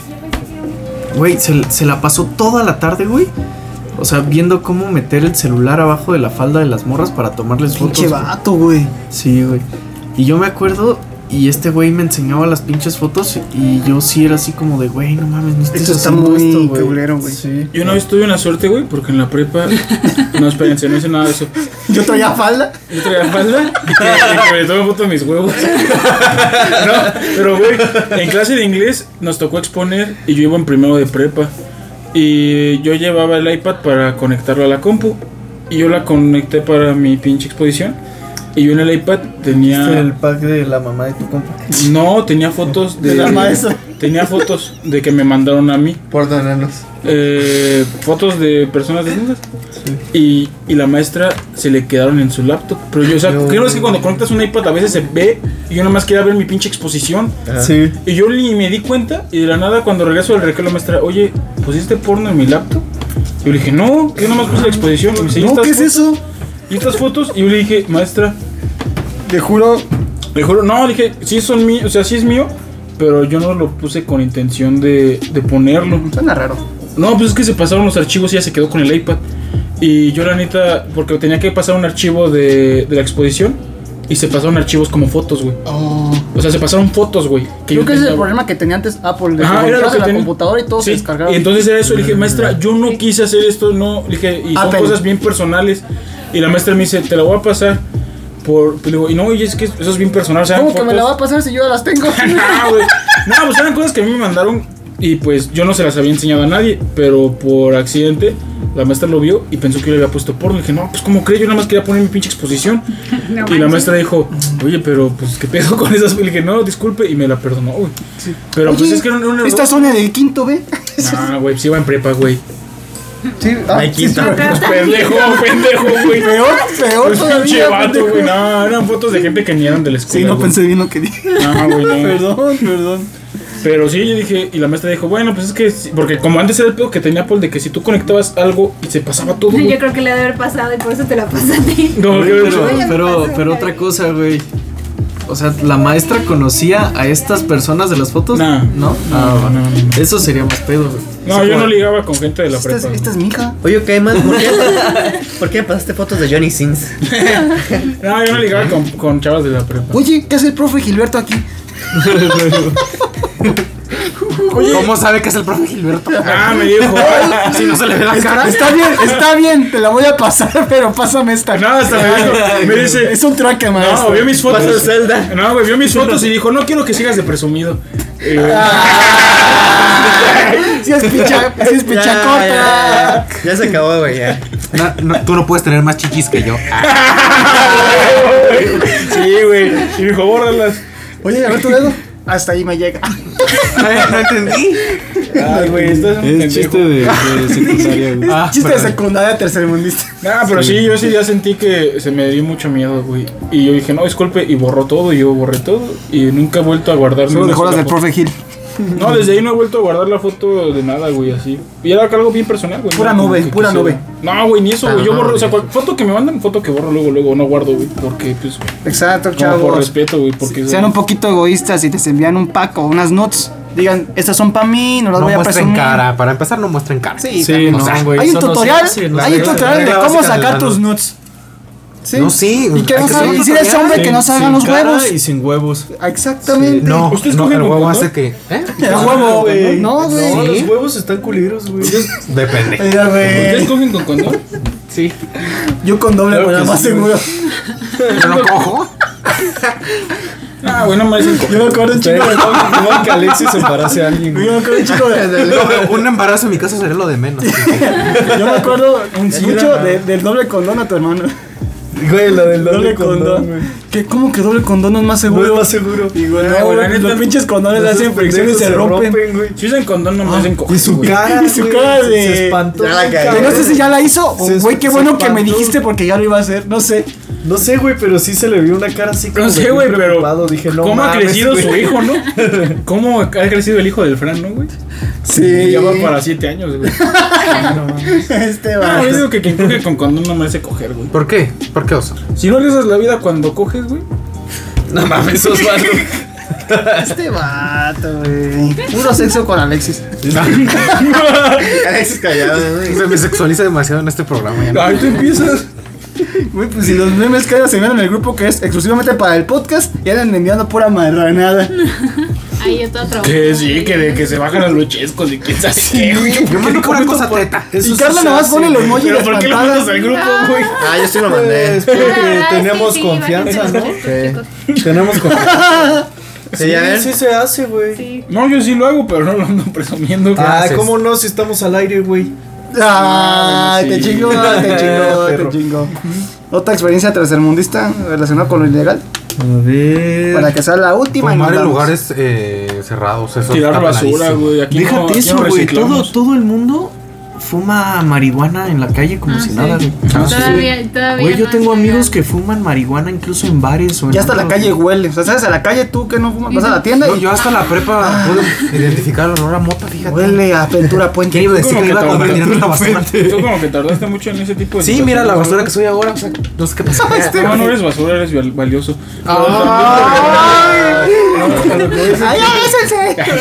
Güey, se, se la pasó toda la tarde, güey. O sea, viendo cómo meter el celular abajo de la falda de las morras para tomarles fotos. Pinche güey. vato, güey. Sí, güey. Y yo me acuerdo, y este güey me enseñaba las pinches fotos, y yo sí era así como de, güey, no mames, no estés Esto está haciendo muy esto, güey. culero, güey. Sí. Yo una vez tuve una suerte, güey, porque en la prepa. No, espérense, no hice nada de eso. Yo traía falda. Yo traía falda y que, y que me tomé foto de mis huevos. No, pero güey, en clase de inglés nos tocó exponer y yo iba en primero de prepa. Y yo llevaba el iPad para conectarlo a la compu. Y yo la conecté para mi pinche exposición. Y yo en el iPad tenía. ¿Viste el pack de la mamá de tu compa? No, tenía fotos de. De la maestra. Tenía fotos de que me mandaron a mí. Por tenerlos. Eh, fotos de personas desnudas. Y, y la maestra se le quedaron en su laptop. Pero yo, o sea, No. creo que cuando conectas un iPad a veces se ve. Y yo nada más quería ver mi pinche exposición. Sí. Y yo ni me di cuenta. Y de la nada, cuando regreso del recreo, la maestra, oye, ¿pusiste porno en mi laptop? Y yo le dije, no, que yo nada más puse la exposición. Y me dice, ¿y No, estas ¿qué es fotos? eso? ¿Y estas fotos? Y yo le dije, maestra, Te juro. le juro, no, le dije, sí son míos, o sea, sí es mío. Pero yo no lo puse con intención de, de ponerlo. Suena raro. No, pues es que se pasaron los archivos y ya se quedó con el iPad. Y yo la neta, porque tenía que pasar un archivo de, de la exposición. Y se pasaron archivos como fotos, güey. Oh. O sea, se pasaron fotos, güey. que Creo yo que ese es el tenía- problema que tenía antes Apple. De Ajá, que era lo bloqueabas que en la tenía. computadora y todo se Sí, descargaba. y entonces era eso, le dije, maestra, yo no quise hacer esto, no, le dije, y son Apple. cosas bien personales. Y la maestra me dice, te la voy a pasar por, pues, le digo, y no, y es que eso es bien personal, o sea, ¿Cómo eran que me la va a fotos- pasar si yo ya las tengo? no, güey. No, pues eran cosas que a mí me mandaron y pues yo no se las había enseñado a nadie, pero por accidente la maestra lo vio y pensó que yo le había puesto porno. Le dije, no, pues como crees, yo nada más quería poner mi pinche exposición. No y la manches. maestra dijo, oye, pero pues qué pedo con esas. Y le dije, no, disculpe, y me la perdonó, güey. Pero pues Oye, es que era un, un error. Esta zona del quinto B. No, güey, pues iba en prepa, güey. Sí, ah, Hay sí, quinta. sí, Pues pendejo, pendejo, güey. Peor, peor Pues pinche todavía. vato, pendejo. güey. No, eran fotos de gente que ni eran de la escuela. Sí, no güey. pensé bien lo que dije. No, güey, no. Perdón, perdón. Pero sí, yo dije, y la maestra dijo, bueno, pues es que, sí", porque como antes era el pedo que tenía Apple de que si tú conectabas algo y se pasaba todo, güey. Yo creo que le debe haber pasado y por eso te la pasa a ti. Como que- Pero, Oye, me pero, pasó, pero güey. otra cosa, güey. O sea, ¿la maestra conocía a estas personas de las fotos? No. ¿No? Ah, va. no, no, no. Eso sería más pedo, güey. No, yo no ligaba con gente de la Esta es, prepa. esta es mi hija. Oye, ¿qué más? ¿Por qué, ¿Por qué me pasaste fotos de Johnny Sins? No, yo no ligaba con, con chavas de la prepa. Oye, ¿qué hace el profe Gilberto aquí? ¿Cómo sabe que es el profe Gilberto? Ah, me dijo. Si no se le ve la Está, cara. está bien, está bien, te la voy a pasar, pero pásame esta. No, hasta me dijo. Me dice. Es un traque, maestro. No, vio mis fotos. Pasa Zelda. No, güey, vio mis fotos y dijo, no quiero que sigas de presumido. Eh, Sí es picha, sí es pichacota. Ya, ya se acabó, güey, ya. No, no, tú no puedes tener más chichis que yo. sí, güey. Y me dijo, bórralas. Oye, a ver tu dedo. Hasta ahí me llega. No entendí. Ay, güey, esto es un pendejo. Es chiste de, de secundaria, güey. Ah, Chiste de perdón. secundaria tercermundista. Nah, pero sí. yo sí ya sentí que se me dio mucho miedo, güey. Y yo dije, no, disculpe, y borró todo, y yo borré todo. Y nunca he vuelto a guardar Solo ninguna mejoras sola del foto. profe Gil. No, desde ahí no he vuelto a guardar la foto de nada, güey, así. Y era algo bien personal, güey. Pura no, nube, como que pura quisiera. nube. No, güey, ni eso, güey. Ah, Yo no, borro, o sea, no, cual- foto que me mandan, foto que borro luego, luego, no guardo, güey. Porque, pues, Exacto, como por chavos. respeto, güey. Porque Sean un poquito egoístas y te envían un pack o unas nuts. Digan, estas son para mí, no las No voy a muestren presumir. cara. Para empezar, no muestren cara. Sí, Sí, también. no, O sea, güey, hay un eso no se tutorial, hace, no hay se un hace. tutorial de La cómo básica de sacar la tus luz. nuts. Sí. No, sí. Y que hay no que saben, saber y si eres tutorial. hombre que no salgan los Sin cara huevos. y sin huevos. Exactamente. No, ¿Ustedes no, cogen el con huevo condón? hace que. ¿Eh? El huevo, güey. No, güey. No, ¿Sí? los huevos están culeros, güey. Depende. Mira, ¿Ustedes güey. cogen con condón? Sí. Yo con doble, Claro pero que más sí, seguro. Yo no cojo. Ah, güey, no me dicen Yo me acuerdo un chico Pero de. no, igual que Alexis embarace a alguien, Yo güey. me acuerdo un chico de. Un embarazo en mi caso sería lo de menos. Yo me acuerdo Un mucho SIDA. de- del doble condón a tu hermano. Güey, la del Doble doble condón. condón, güey. ¿Qué? ¿Cómo que doble condón no es más No seguro? es más seguro. Digo, Ah, no, güey, la güey, neta, los pinches condones Esos hacen fricción y pendejos se rompen. güey. Si usan condón, no me hacen coger. Y su güey. cara, Y su güey, cara se- de- Se espantó. Ya la bien, cagué. Que no cabrón. sé si ya la hizo o, Se- güey, qué se bueno que me espantó. dijiste porque ya lo iba a hacer. No sé. No sé, güey, pero sí se le vio una cara así como No sé, de güey, bien pero. preocupado. Dije, no ¿Cómo ha mames, crecido güey. su hijo, no? ¿Cómo ha crecido el hijo del Fran, no, güey? Sí. Ya va para siete años, güey. Este Ah, va. yo digo que quien coge con condón no merece coger, güey. ¿Por qué? ¿Por qué, oso? Si no arriesgas la vida cuando coges, güey. No mames, Osvaldo. Este vato, güey. Puro sexo con Alexis. Alexis callado, Se me sexualiza demasiado en este programa. Ya no. Ay, tú empiezas. Güey, pues si los memes que se ven en el grupo que es exclusivamente para el podcast, ya andan enviando pura marranada. Ahí está otra Que sí, que, de, que se bajan los luchescos y quién sabe qué, güey. Yo mando pura cosa teta. Y Carla nomás pone el emoji de Pero ¿por qué lo mandas espantada. al grupo, güey? Ah, yo sí lo mandé. Es porque tenemos confianza, ¿no? Sí. Tenemos confianza. Sí, Sí, ya ven. sí se hace, güey. Sí. No, yo sí lo hago, pero no lo ando presumiendo. Ah, haces? ¿cómo no? Si estamos al aire, güey. Ay, te Sí. chingó, te chingó, te Perro. chingó. Otra experiencia tercermundista relacionada con lo ilegal. A ver. Para que sea la última. y Fumar nos en vamos. lugares eh, cerrados. Eso Tirar está basura, penadísimo. güey. Aquí no, Déjate aquí eso, no güey. Todo, reciclamos. todo el mundo fuma marihuana en la calle como Ah, si sí. nada, güey. Ah, sí. Todavía, todavía. Güey, yo no tengo es amigos legal. que fuman marihuana incluso en bares o en Ya hasta la antros, calle güey. huele. O sea, ¿sabes? A la calle tú que no fumas, vas a la tienda No, y yo hasta la prepa pude identificar el olor a mota, fíjate. huele a pintura puente. ¿Qué iba a decir Como que que iba a te convertir en una basura? Tú como que tardaste mucho en ese tipo de Sí, mira la situaciones, basura ¿no? que soy ahora. O sea, no sé qué pasa. No, no eres basura, eres val- valioso. ¡Ay! ¡Ay, ésense!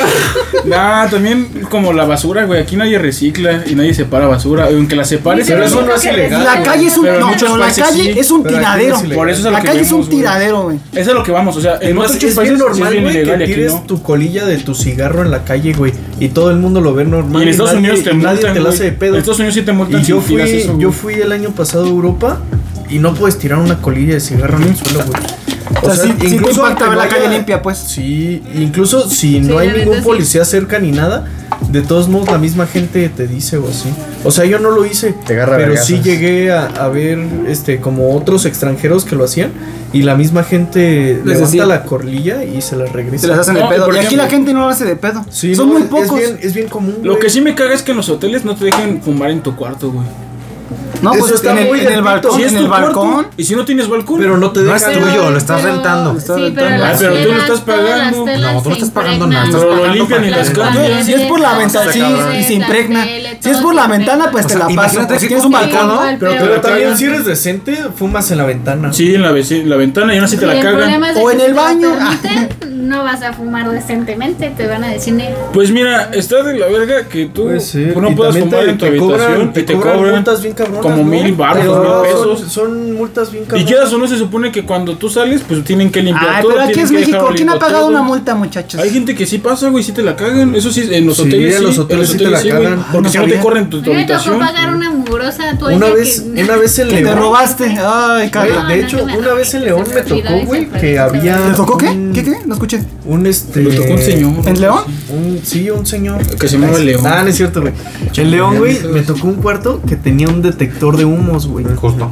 Nah, también como la basura, güey. Aquí nadie recicla y nadie separa basura. Aunque la separes, Pero pero eso no es ilegal. La calle es un, Pero en no, muchos pero la países calle sí. es un Pero aquí tiradero. es ilegal. Por eso es a lo La que calle es un vemos, güey. tiradero, güey. Eso es a lo que vamos. O sea, en Además, otros es países bien sí normal, bien güey, ilegal que y aquí tires no. tu colilla de tu cigarro en la calle, güey. Y todo el mundo lo ve normal. Y en Estados nadie- Unidos te y nadie multan, te lo güey. hace de pedo. En Estados Unidos sí te multan Y yo si tiras fui, eso, güey. yo fui el año pasado a Europa y no puedes tirar una colilla de cigarro en el suelo, güey. O sea, sí, sí te impacta aunque ver la no calle haya- limpia, pues. Sí, incluso si Sí, no hay la ningún neta, sí. policía cerca ni nada, de todos modos la misma gente te dice o así. O sea, yo no lo hice, Te agarra pero vergazos. sí llegué a, a ver este como otros extranjeros que lo hacían y la misma gente levanta decía. la colilla y se la regresa. Se las hacen de No, y pedo. por Y aquí ejemplo- la gente no lo hace de pedo. Sí, Son no, muy es- pocos. Es bien, es bien común. Lo güey. que sí me caga es que en los hoteles no te dejen fumar en tu cuarto, güey. No, Eso pues está en el, muy en el del balcón. Si es En tu el balcón. cuarto, y si no tienes balcón. Pero no te No es dejan. tuyo, lo estás rentando. Sí, pero Ah, las pero tú lo telas, estás todas las pagando. telas No, tú no se estás pagando impregnan. nada, estás Pero lo pagando limpian y para las que- cambian. Si es por la ventana, sí, paredes, y se la impregna. tele, Si es todo por se la ventana, impregna. pues O te sea, la paso. imagínate Pues si que tienes un Sí, balcón, ¿no? igual, Pero, pero- pero también si eres decente, fumas en la ventana. Sí, en la, veci- la ventana y aún así te Y la el cagan. problema es de O que en si el te lo baño. permiten, no vas a fumar decentemente, te van a decir negro. Pues mira, está de la verga que tú Puede ser. no Y puedas también fumar te- en tu te cobran- habitación te y te cobran cobran multas bien cabronas, como ¿no? mil baros, Pero mil son- pesos. Son multas bien Y cabronas. quieras o no, se supone que cuando tú sales, pues tienen que limpiar Ay, todo. pero aquí tienen es que dejar México. ¿Quién ha oliendo pagado todo. una multa, muchachos? Hay gente que sí pasa, güey, sí te la cagan. Eso sí, en los Sí, hoteles en sí. los hoteles sí te la güey, cagan. Porque no si no te sabía. corren tu, tu A mí me tocó habitación. pagar una mugrosa toalla Una vez, que... una vez en Que te León. robaste. Ay, Güey, Carla. No, de no, hecho, que me una vez en robé, León se me me olvidó tocó, y güey, se que fue. había. ¿Te tocó qué? un- ¿Qué qué? No escuché. Un este. Lo tocó un señor. ¿En León? Un, sí, un señor. Que se llama León. Ah, no es cierto, güey. En León, güey, me tocó un cuarto que tenía un detector de humos, güey. Justo.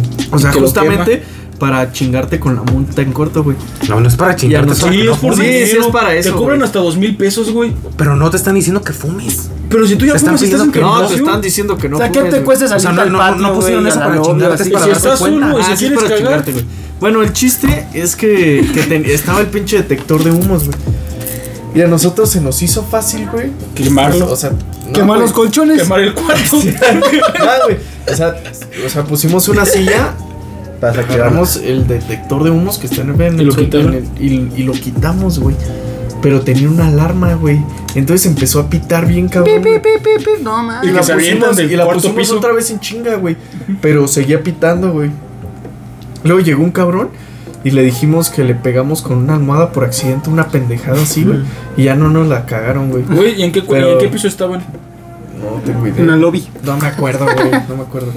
O sea, Que lo justamente para chingarte con la multa en corto, güey. No, no es para chingarte. no es para Sí, que no es por fumes. Sí, sí, dinero. es para eso, Te cobran güey. hasta dos mil pesos, güey. Pero no te están diciendo que fumes. Pero si tú ya Te están fumas, estás en pidiendo que No, te gimnasio. están diciendo que no. O sea, ¿qué fumes, te güey. cuesta O sea, salir no- al no- patio, no pusieron güey, eso a para la chingarte, obra, es así? para si darte estás cuenta. solo y Ah, si sí, quieres para cagar. chingarte, güey. Bueno, el chiste es que, que te- estaba el pinche detector de humos, güey. Y a nosotros se nos hizo fácil, güey. Quemarlo. O sea, no, Quemar güey. los colchones. Quemar el cuarto. Ah, güey. O sea, o sea, pusimos una silla, agarramos el detector de humos que está en el, Y lo en el- quitaron. en el- y, y lo quitamos, güey. Pero tenía una alarma, güey. Entonces empezó a pitar bien cabrón. Pi, güey. pi, pi, pi. No, Y mames. Y que la se avientan pusimos, del y la cuarto pusimos piso. otra vez en chinga, güey. Pero seguía pitando, güey. Luego llegó un cabrón y le dijimos que le pegamos con una almohada por accidente, una pendejada así, güey. Y ya no nos la cagaron, güey. Güey, ¿y en qué, cu- Pero- ¿y en qué piso estaban? No tengo idea. En el lobby. No me acuerdo, güey. No me acuerdo.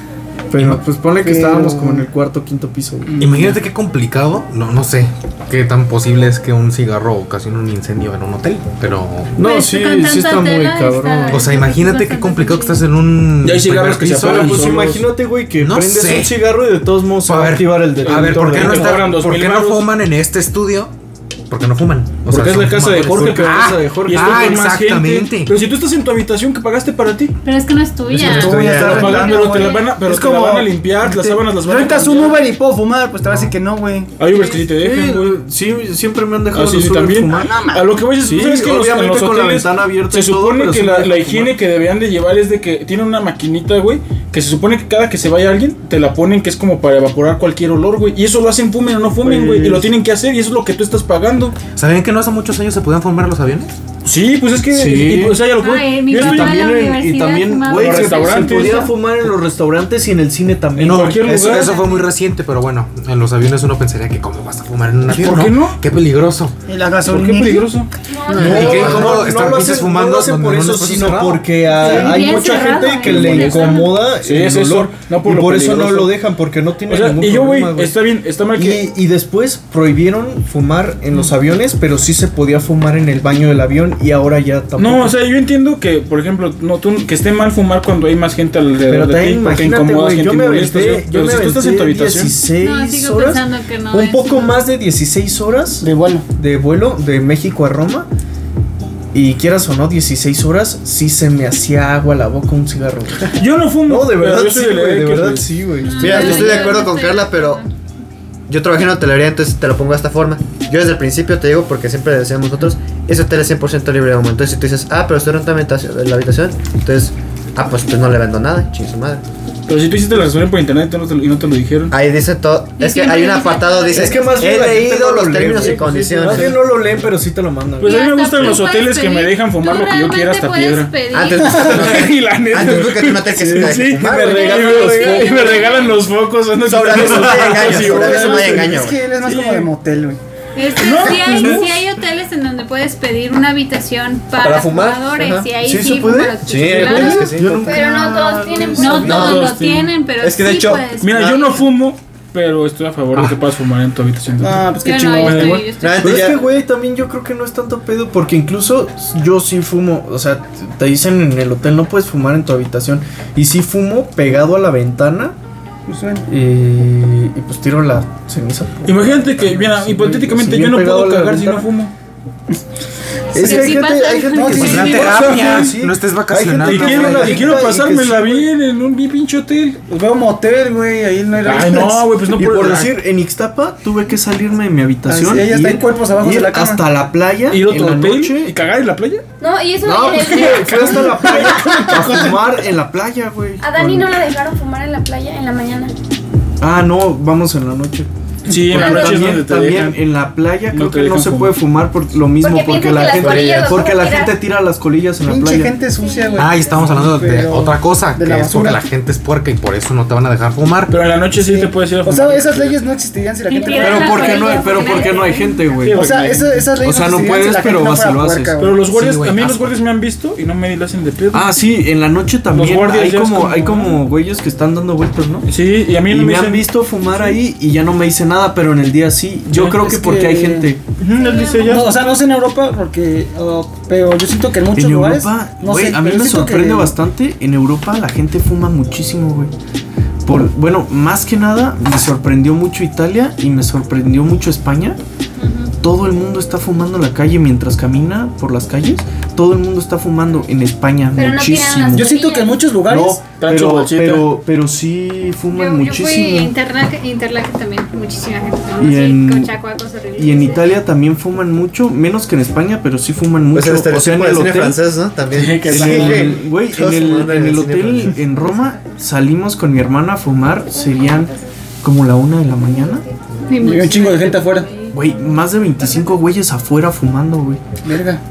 Pero pues ponle que Pero- estábamos como en el cuarto o quinto piso, güey. Imagínate qué complicado. No, no sé qué tan posible es que un cigarro ocasione un incendio en un hotel. Pero. No, Pues, sí, con sí tanta está muy tela cabrón. está- O sea, imagínate qué complicado que estás en un. Ya hay cigarros primer que se piso apagan y- Pues solos. imagínate, güey, que No prendes sé. un cigarro y de todos modos se A va a ver, activar el detector. A ver, ¿por qué de no, te humo. está- cobran dos ¿por mil qué no varos? fuman en este estudio? porque no fuman. O Porque sea, es la son casa de fumadores. Jorge, pero Ah, casa de Jorge. Y estoy ah, con más gente. exactamente. Pero si tú estás en tu habitación que pagaste para ti. Pero es que no es tuya. Es que no es tuya. Te la Está pagan, rentando, pero te la güey. van a, pero Es te la como- van a limpiar, las te- sábanas las van a rentas un cambiar. Uber y puedo fumar, pues te va a decir que no, güey. Hay Ubers que sí te dejan, güey. Sí, siempre me han dejado Ah, sí, los sí, Uber también. fumar. A lo que voy a decir, Sí, ¿sabes que en los, en obviamente los con la hoteles ventana abierta se y todo, supone pero que sí la, me la dejan higiene fumar. que deberían de llevar es de que tienen una maquinita, güey, que se supone que cada que se vaya alguien te la ponen que es como para evaporar cualquier olor, güey, y eso lo hacen fumen o no fumen, güey, y lo tienen que hacer y eso es lo que tú estás pagando. ¿Sabían que no hace muchos años se podían fumar en los aviones? Sí, pues es que Sí. y, pues, o sea, ya lo que voy- Ay, mi yo Y papá estoy- en la también, en- y universidad también, fumaba. güey, En los se, se restaurantes, podía ¿no? fumar en los restaurantes y en el cine también. En cualquier Eso, lugar. eso fue muy reciente, pero bueno, en los aviones uno pensaría que cómo vas a fumar en un avión, ¿por qué no? Qué peligroso. Y la ¿Por gasolina. qué peligroso? No, ¿Y qué? no, ¿Cómo no, están no lo pinches hacen, fumando no lo hacen donde por no eso, les sino cerrado? porque ah, Sí, hay bien mucha cerrado, gente que bien le molesta. incomoda Sí, el es eso, olor, no por y lo por eso no peligroso. lo dejan porque no tiene O sea, ningún y yo, güey, problema, güey. está bien, está mal que Y, y después prohibieron fumar en los aviones, pero sí se podía fumar en el baño del avión y ahora ya tampoco. no, o sea, yo entiendo que, por ejemplo, no tú, que esté mal fumar cuando hay más gente alrededor pero de también ti, porque imagínate, incomodas güey, gente yo y me molestas, aventé, pero yo me si tú estás en tu aventé habitación, dieciséis No, sigo horas, pensando que no un es- poco más de dieciséis horas De vuelo. de vuelo de México a Roma. Y quieras o no, dieciséis horas, sí se me hacía agua a la boca un cigarro. yo no fumo. No, de pero verdad yo soy sí, de la güey, idea de que, verdad pues, sí, güey. Mira, yo estoy de acuerdo con Carla, pero yo trabajé en hotelería, entonces te lo pongo de esta forma. Yo desde el principio te digo, porque siempre decíamos nosotros, ese hotel es cien por ciento libre de humo. Entonces si tú dices, ah, pero estoy rentando la habitación, entonces, ah, pues, pues no le vendo nada, ching su madre. Pero si tú hiciste la reservación por internet y no te lo- y no te lo dijeron. Ahí dice todo, Y es que siempre hay un dice apartado, todo. dice, Es que más bien he la gente leído no lo los lee, términos güey. y condiciones. Más bien no lo leen, pero sí te lo mandan. Pues a mí me hasta gustan tú los puedes hoteles que me pedir- dejan fumar tú lo que yo realmente quiera hasta puedes piedra. pedir- Antes, Y la neta. antes búscate un hotel que sí te deje Sí, fumar, me güey. regalan Y me los regalan- focos. Y me regalan los focos. ando Sobre quitando eso no los hay focos, engaño, sí, sobre güey. eso no hay engaño. Es que él es más Sí. como de motel, güey. Es que No, sí, hay, no. sí hay hoteles en donde puedes pedir una habitación para, ¿Para fumar? fumadores Ajá. y ahí ¿Sí sí, se puede? fuma lo que Sí, tú hay quieras. hoteles que sí. Yo nunca- Pero no todos tienen. No, No todos todos lo tienen. tienen, pero Es que de sí hecho, puedes Mira, fumar. yo no fumo, pero estoy a favor de que puedas fumar en tu habitación. Ah, pues qué Yo no, chingón. yo estoy- güey. yo estoy- Realmente Pero es ya- que, güey, también yo creo que no es tanto pedo, porque incluso yo sí fumo, o sea, te dicen en el hotel no puedes fumar en tu habitación, y sí fumo pegado a la ventana, Pues, bueno. y, y pues tiro la ceniza. Imagínate que, mira, Sí, hipotéticamente sí, yo bien no pegado puedo a la cagar si no ventana. fumo. Es Sí, que hay sí gente, pasa. hay gente No, que sí, sí, sí, sí, terapia, sí. no estés Hay vacacionando. Y gente quiero, que y quiero que sí, pasármela güey. bien en un bien pinche hotel. Pues veo un motel, güey, ahí no hay Ay, no, güey, pues no Y por- por decir, en Ixtapa tuve que salirme de mi habitación. Así, ahí está ir- en cuerpos abajo de ir la cama. hasta la playa. Ir a en otro la hotel noche. y cagar en la playa. No, y eso No, en el pues fui, fui hasta la playa a fumar en la playa, güey. A Dani Con- no la dejaron fumar en la playa en la mañana. Ah, no, vamos en la noche. Sí, en la Porque noche es También, donde te también dejan. en la playa No creo te que no dejan se fumar. puede fumar por lo mismo, Porque porque, piensan la que las gente, colillas las porque van a la tirar. gente tira las colillas en la Pinche playa. gente sucia, güey. Ah, y estamos hablando de Pero otra cosa, de que la es porque basura. la gente es puerca y por eso no te van a dejar fumar. Pero en la noche sí, te puedes ir a O fumar. sea, esas leyes no existirían si la Y gente tiran Pero la porque no hay, colilla pero por porque no hay gente, güey. Sí, O sea, porque- esas, esas leyes O sea, no existirían puedes, si la pero gente no vas y fuera lo haces. puerca, güey. Pero los guardias, güey, a mí los asco. guardias me han visto y no me la hacen de pedo. Ah, sí, en la noche también guardias hay ya es como, como- hay como güeyes que están dando vueltas, ¿no? Sí, y a mí Y no me me han dicen. visto fumar ahí y ya no me dice nada, pero en el día sí. Yo Sí, creo es que porque que- hay gente. Ujú, él dice ya. No, o sea, no sé en Europa porque oh, pero yo siento que en muchos En lugares Europa, no güey, sé, a mí pero me siento sorprende que- bastante. En Europa la gente fuma muchísimo, güey. Por, bueno, más que nada me sorprendió mucho Italia y me sorprendió mucho España. Todo el mundo está fumando en la calle mientras camina por las calles. Todo el mundo está fumando en España Pero no tiran muchísimo. las Yo siento que en muchos lugares No, Traen su pero, bolsita. pero, pero sí fuman Yo, yo fui a muchísimo. Interlaken, Interlaken también, muchísima gente. Y Sí, en- con chacuacos horribles. Y en Italia también fuman mucho, menos que en España, pero sí fuman Pues mucho. el O sea, en estereotipo el del cine hotel. francés, ¿no? También. Sí, que En sí, el, güey, en Todos el, fumando en el cine hotel francés. en Roma salimos con mi hermana a fumar, serían como la una de la mañana. Y y un chingo de gente afuera. Güey, más de veinticinco güeyes afuera fumando, güey. Verga.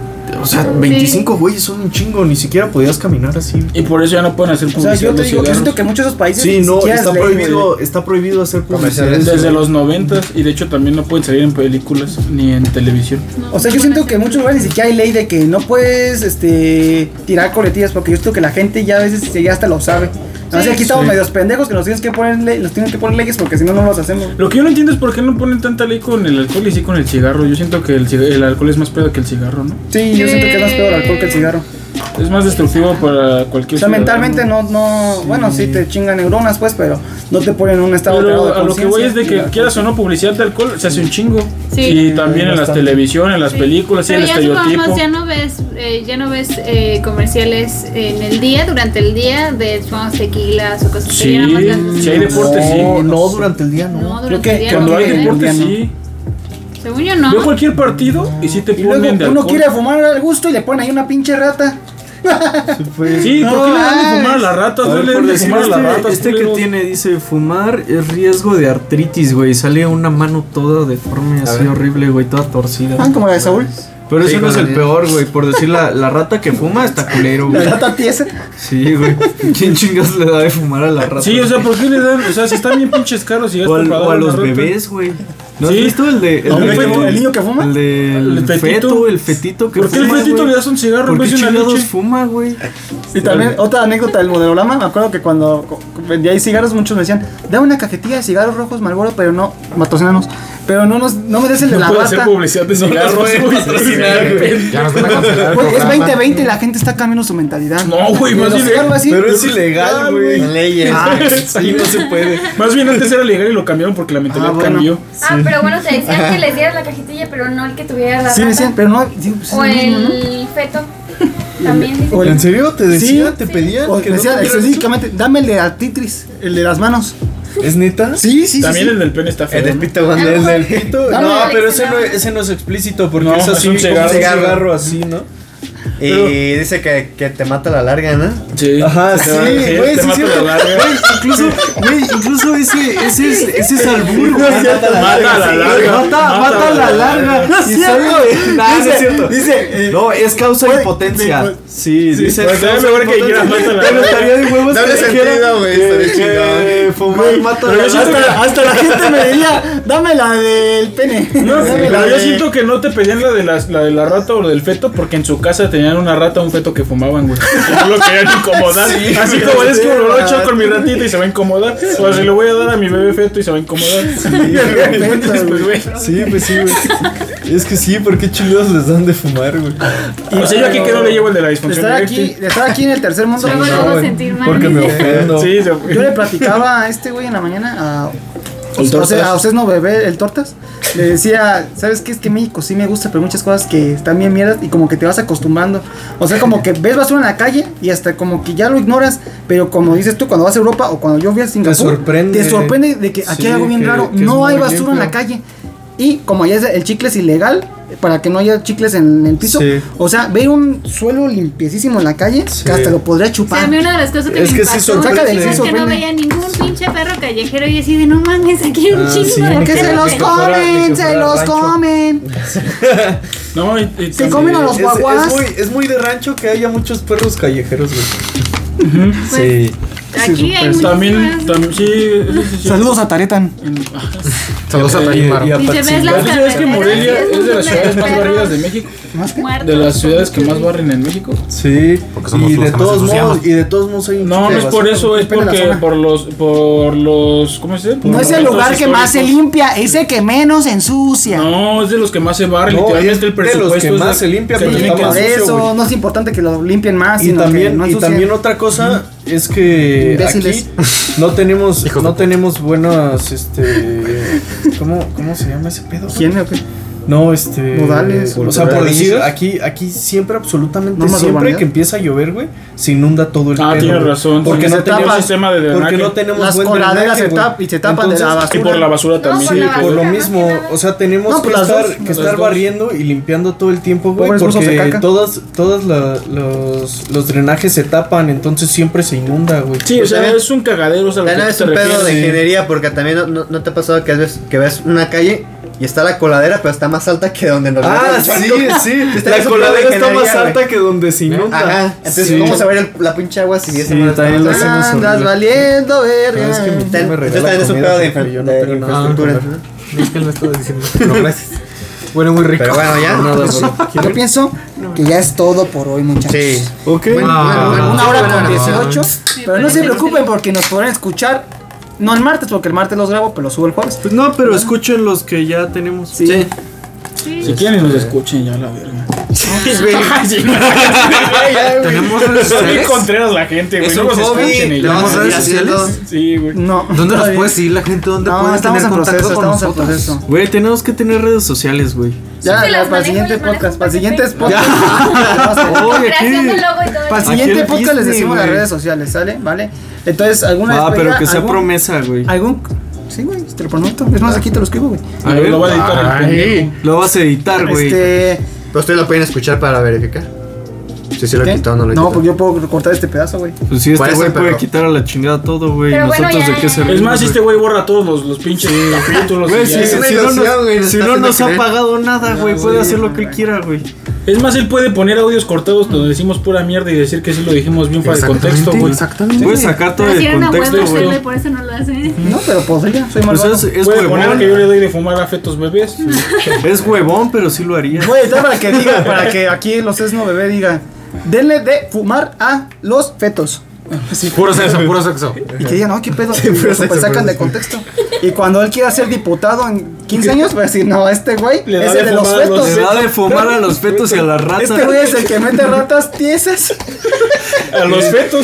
O sea, veinticinco güeyes son un chingo, ni siquiera podías caminar así. Y por eso ya no pueden hacer O sea, publicidad yo te de digo, yo cigarros. siento que en muchos de esos países Sí, ni no, siquiera está es ley, prohibido, güey. está prohibido hacer publicidad. Comerciales. Desde los noventas y de hecho también no pueden salir en películas ni en televisión. O sea, yo siento que en muchos lugares ni siquiera hay ley de que no puedes este tirar coletillas porque yo siento que la gente ya a veces ya hasta lo sabe. No sé, aquí estamos Sí. medios pendejos que nos tienes que poner ley- nos tienen que poner leyes porque si no no los hacemos. Lo que yo no entiendo es por qué no ponen tanta ley con el alcohol y sí con el cigarro. Yo siento que el, ciga- el alcohol es más pedo que el cigarro, ¿no? Sí, yo siento que es más peor el alcohol que el cigarro. Es más destructivo para cualquier O sea, mentalmente ciudadano. no, no, bueno, sí te chingan neuronas, pues, pero no te ponen en un estado Pero alterado de a lo que voy es de que conciencia. quieras o no publicidad de alcohol se hace un chingo. Sí. Y también en las bastante. televisión, en las Sí. películas, sí, Pero el ya estereotipo. supongamos, ya no ves, eh, ya no ves eh, comerciales en el día, durante el día, de supongamos tequilas o cosas así. Sí, ya nada más las- si hay deporte, sí. No, no, durante el día no. No, Creo durante que el día Cuando no, hay ¿eh? deporte, ¿no? sí. Según yo no. Veo cualquier partido y sí te Y ponen de luego uno alcohol. quiere fumar al gusto y le ponen ahí una pinche rata. Sí, ¿por qué le dan de No, fumar a las ratas? A No ver, le por dan de decir, fumar a las este, ratas. este que culeros. tiene, dice, fumar es riesgo de artritis, güey. Sale una mano toda deforme, así ver. horrible, güey, toda torcida. Ah, como la de Saúl. Pero Sí, ese no es con el la- peor, güey. Por decir, la, la rata que fuma está culero, La güey. rata tiesa. Sí, güey. ¿Quién chingas le da de fumar a la rata? Sí, o sea, ¿por qué le dan? O sea, si están bien pinches caros y ya o, al- comprado o a una los rata. bebés, güey. ¿No Sí. has visto el de el, ¿El de- feto? ¿El niño que fuma? El del El fetito. feto, el fetito que ¿Por qué el fuma, fetito güey? le das un cigarro en ¿Por qué vez de una chingados leche? fuma, güey? Y también otra anécdota del modelorama, me acuerdo que cuando co- vendía ahí cigarros muchos me decían, dame una cajetilla de cigarros rojos Marlboro, pero no, patrocinanos, pero no nos, no me des el de No la puede hacer rata. publicidad de cigarros, puede güey. patrocinar, güey. Ya nos van a cancelar el Güey, es programa. veinte veinte y la gente está cambiando su mentalidad. No, güey, De más los bien- cigarros así, Pero es pues, ilegal, güey. En leyes. Ah, Ahí no se puede. Más bien antes era legal y lo cambiaron porque la mentalidad Ah, bueno. cambió. Ah, pero bueno, te decían que les dieras la cajetilla, pero no el que tuviera la sí me rata. decían, pero no, sí, pues, O es lo mismo, ¿no? el feto. También dicen. O el- ¿En serio? ¿Te decían? Sí. ¿Te pedían? O que me no decían tuvieras específicamente, dame el de artitris, el de las manos. eso? ¿Es neta? Sí, sí, También sí. el del pene está feo. El ¿no? despito cuando El es del del Dame. No, pero ese no, ese no es explícito porque No, es es así un como cigarro. un cigarro así, ¿no? Y dice que, que te mata a la larga, ¿no? Sí. Ajá, Te sí, va- güey, te sí, mata cierto. la larga. Güey, incluso, güey, incluso ese, ese es, ese es albur, güey. Mata a la larga. Mata, mata a la larga. No es Y cierto. sale- Nah, no Dice- es cierto. dice, eh, No, es causa de puede- impotencia. de- Sí, dice. pues, causa estaría mejor de que dijera, impotencia. mata a la Pero larga. estaría de huevos Doble que dijera sentido, güey, que- estaría que fumar mata a pero la yo siento larga. hasta, hasta la gente me diría, dame la del pene. No, Dame la pero yo de- siento que no te pedían la de, las, la de la rata o la del feto porque en su casa tenían una rata o un feto que fumaban, güey. Y no lo querían incomodar. Así como es que lo he hecho con mi ratita y se va a incomodar. O se lo voy a dar a mi bebé feto y se va a incomodar. Entonces, pues, güey. Sí, pues sí, güey. Es que sí, ¿por qué chingados les dan de fumar, güey? O sea, yo aquí que no le llevo el de la De disfunción estar aquí, eréctil. de estar aquí en el tercer mundo. Luego no, luego güey. sentir mal. Porque me dice. ofendo. Sí, se- Yo le platicaba a este güey en la mañana a El o Tortas. sea, a usted no bebé, el tortas. Le decía, ¿sabes qué? Es que México sí me gusta, pero muchas cosas que están bien mierdas y como que te vas acostumbrando. O sea, como que ves basura en la calle y hasta como que ya lo ignoras, pero como dices tú, cuando vas a Europa o cuando yo fui a Singapur, sorprende. te sorprende de que aquí Sí, hay algo bien que- raro. que es No hay muy basura en la limpio. calle. Y como allá es- el chicle es ilegal, para que no haya chicles en el piso. Sí. O sea, ver un suelo limpiecísimo en la calle, Sí. que hasta lo podría O sea, chupar. a mí una de las cosas que Es me que sí impactó sorprende. muchísimo es que Sorprende. no veía ningún pinche perro callejero y así de no mames, aquí hay un Ah, chingo sí, de ni Porque que se perros los que fuera- ni comen, que se fuera los rancho. comen. No, y, y Se comen a los Es, guaguas. es muy, es muy de rancho que haya muchos perros callejeros, güey. Sí. Aquí hay pues, también, muchísimas. también, sí, sí, sí, sí. Saludos a Taretan. Saludos a Y- Tarimaro. y a Y se Patsy. ves las ¿Sabes que carreteras Morelia y es de las donde ciudades más perros barridas de México? muertos. De las ciudades que más barren en México. Sí. Porque somos y los de que más todos ensuciamos. modos, y de todos modos hay un No, chingo no de es por basura. eso, es Depende de la porque zona. por los, por los, ¿cómo se dice? Por No es el momentos lugar que más se históricos. limpia, es el que menos ensucia. No, es de los que más se barren, No, literalmente es el de los presupuesto que es más de- se limpia, que pero tienen está que Por más sucio, eso güey. no es importante que lo limpien más, Y sino también, que no y ensucien. también otra cosa es que Imbéciles. aquí no tenemos Hijos de no puta. tenemos buenas este ¿cómo, cómo se llama ese pedo? ¿Higiene o qué? No, este Modales, o sea, por culturales. decir, aquí aquí siempre absolutamente Normas de siempre urbanidad. que empieza a llover, güey, se inunda todo el Ah, pedo, tienes güey. razón. Porque sí, no se tapa tenemos un sistema de drenaje. porque no tenemos Las buen coladeras drenaje, se, güey. tap- y se tapan de la Entonces, Y basura. por la basura No, también. por Sí, la por- Por lo basura, mismo, más que nada. o sea, tenemos No, que pues las estar, dos, que las estar dos. barriendo y limpiando todo el tiempo, güey, Pobres buzos de porque caca. todas todas la- los los drenajes se tapan, entonces siempre se inunda, güey. Sí, o sea, También- es un cagadero, o sea, lo que También tú es te un pedo refieres. de sí. ingeniería porque también no, no, no te ha pasado que ves, que ves una calle y está la coladera pero está más alta que donde nos Ah, metemos. sí, sí. Está La bien coladera súper está más ingeniería, alta que donde se inunda. Ajá, entonces Sí. ¿cómo se va a ir el- la pinche agua si esa Sí, madre está también más lo alta? hacemos. Andas valiendo, Pero verga. es que mi tía me Entonces regala también es un comida pedo de, porque infra- yo no de tengo nada que infraestructura. comer. No es que él me estaba diciendo. Pero gracias. Bueno, muy rico. Pero bueno, ya. Nada, Pues, bro. yo pienso que ya es todo por hoy, muchachos. Sí. Ok. Bueno, Ah, bueno, bueno, Una hora bueno, con bueno. dieciocho. Me Pero no se parece preocupen excelente. porque nos podrán escuchar. No el martes, porque el martes los grabo, pero lo subo el jueves. Pues no, pero escuchen los que ya tenemos. Sí. Sí. Si quieren, nos escuchen ya la verga. Tenemos redes Son bien sociales. contreras la gente, güey. Es No un los hobby, escuchen y ya. tenemos redes haciendo- sociales. Sí, güey. No. ¿Dónde nos todavía. puede seguir la gente? ¿Dónde No, puede estamos tener en contacto proceso, con estamos en nosotros? proceso. Güey, tenemos que tener redes sociales, güey. Ya, Sí, ya, las para el manejo, siguiente las manejo podcast, para el siguiente perfecto. podcast. Oye, Creación ¿qué? del logo y todo Para el eso. siguiente Aquí el podcast les Disney, decimos las güey. redes sociales, ¿sale? ¿Vale? Entonces, alguna Ah, despedida, pero que sea algún- promesa, güey. algún Sí, güey, te lo prometo. Es más, aquí te lo escribo, güey. A ver, Lo va a editar el Ay. pendejo. Lo vas a editar, güey. Este, Pero ustedes lo pueden escuchar para verificar. Si se lo ¿qué? quitó o no lo No, quitó. porque yo puedo cortar este pedazo, güey. Pues sí, este Por eso, güey puede pero- quitar a la chingada todo, güey. Pero bueno, Nosotros ya, de qué ya, servimos. Es más, güey? este güey borra todos los, los pinches capítulos. Güey, y si, ya. es una si no ilusión, nos, güey, nos si está no haciendo nos ha creer. pagado nada, güey. No, Puede güey, hacer lo no, que güey. quiera, güey. Es más, él puede poner audios cortados donde decimos pura mierda y decir que sí lo dijimos bien fuera de contexto, güey. Exactamente. Puedes sacar todo Pero si el era una contexto, hueva güey. hacerle, por eso no lo hace. No, pero podría, soy Pues malvado. es, es Puede poner huevón. que yo le doy de fumar a fetos bebés. Es huevón, pero sí lo haría. Voy a editar para que diga, para que aquí los Esno Bebé digan, denle de fumar a los fetos. Sí, Puro sexo, puro sexo. y que digan, no, qué pedo. Y puro pues sexo, sacan puro de sexo. contexto. Y cuando él quiera ser diputado en quince años, va a decir, no, este güey Le da es de el de los fumar a los fetos. Le da de fumar a los fetos y a las ratas. Este güey es el que mete ratas tiesas. A los fetos.